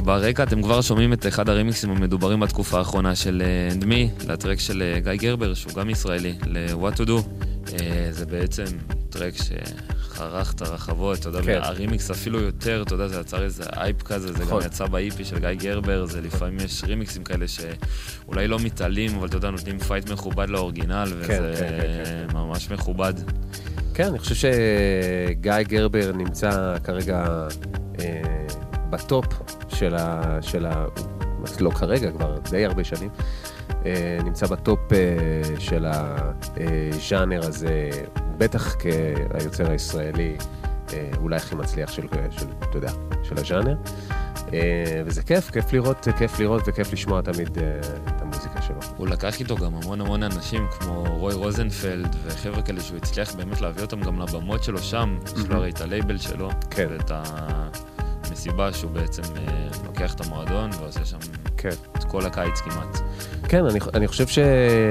ברקע אתם כבר שומעים את אחד הרימיקסים המדוברים בתקופה האחרונה של And Me, לטרק של גיא גרבר, שהוא גם ישראלי, ל-What to Do. זה בעצם טרק שחרך את הרחבות, אתה יודע, כן. הרימיקס אפילו יותר, אתה יודע, זה יצר איזה אייפ כזה, זה נכון. גם יצא באיפי של גיא גרבר, זה לפעמים יש רימיקסים כאלה שאולי לא מתעלים, אבל אתה יודע, נותנים פייט מכובד לאורגינל, וזה כן, כן, כן, כן. ממש מכובד. כן, אני חושב שגיא גרבר נמצא כרגע אה, בטופ של ה... של ה... לא כרגע, כבר די הרבה שנים. נמצא בטופ של הז'אנר הזה, בטח כהיוצר הישראלי, אולי הכי מצליח של, של, אתה יודע, של הז'אנר. וזה כיף, כיף לראות, כיף לראות וכיף לשמוע תמיד את המוזיקה שלו. הוא לקח איתו גם המון המון אנשים, כמו רוי רוזנפלד וחבר'ה כאלה שהוא הצליח באמת להביא אותם גם לבמות שלו שם, יש לו הרי את הלייבל שלו, כן. ואת המסיבה שהוא בעצם לוקח את המועדון ועושה שם כן. את כל הקיץ כמעט. כן, אני, אני חושב ש...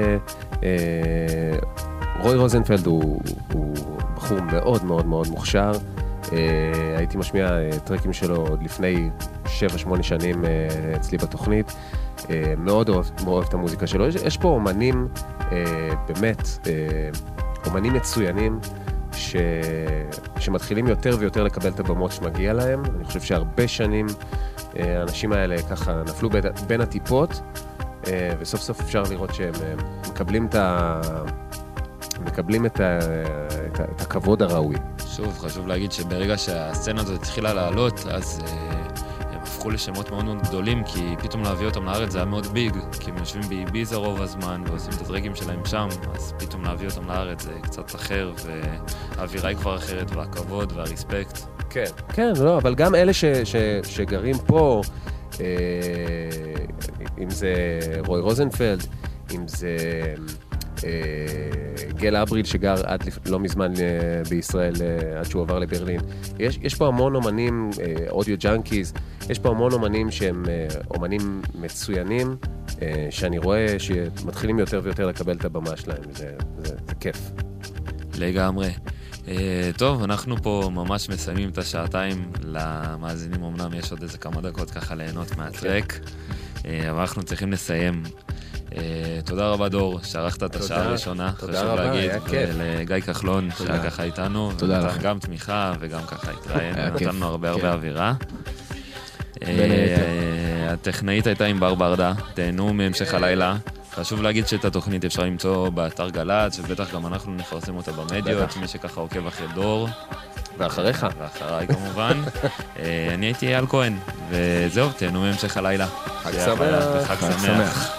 רוי רוזנפלד הוא, הוא בחור מאוד מאוד מאוד מוכשר. הייתי משמיע טרקים שלו עוד לפני שבע שמונה שנים אצלי בתוכנית. מאוד אוהב, מאוד אוהב את המוזיקה שלו. יש, יש פה אומנים, באמת, אומנים מצוינים, ש... שמתחילים יותר ויותר לקבל את הבמות שמגיע להם. אני חושב שהרבה שנים האנשים האלה ככה נפלו בין הטיפות, וסוף סוף אפשר לראות שהם מקבלים את ה... מקבלים את, ה... את, ה... את הכבוד הראוי. שוב, חשוב להגיד שברגע שהסצנה הזאת התחילה לעלות, אז הם הפכו לשמות מאוד מאוד גדולים, כי פתאום להביא אותם לארץ זה היה מאוד ביג, כי הם יושבים באיביזה רוב הזמן ועושים את הדרגים שלהם שם, אז פתאום להביא אותם לארץ זה קצת אחר, והאווירה היא כבר אחרת, והכבוד והרספקט. כן, כן, לא, אבל גם אלה ש, ש, שגרים פה, אה, אם זה רוי רוזנפלד, אם זה אה, גל אבריל שגר עד לא מזמן בישראל, עד שהוא עבר לברלין. יש, יש פה המון אומנים, אודיו ג'אנקיז, יש פה המון אומנים שהם אומנים מצוינים, אה, שאני רואה שמתחילים יותר ויותר לקבל את הבמה שלהם, זה, זה, זה כיף. לגמרי. Uh, טוב, אנחנו פה ממש מסיימים את השעתיים, למאזינים אמנם יש עוד איזה כמה דקות ככה ליהנות מהטרק, uh, אבל אנחנו צריכים לסיים. Uh, תודה רבה דור, שערכת את השעה הראשונה, תודה רבה, היה כיף. ולגיא כחלון שהיה ככה איתנו, ונתן גם תמיכה וגם ככה התראיין, ונתנו הרבה הרבה אווירה. הטכנאית הייתה עם בר ברדה, תהנו מהמשך הלילה. חשוב להגיד שאת התוכנית אפשר למצוא באתר גל"צ, ובטח גם אנחנו נפרסם אותה במדיות, מי שככה עוקב אחרי דור. ואחריך. ואחריי כמובן. אני הייתי אייל כהן, וזהו, תהנו מהמשך הלילה. חג שמח. חג שמח.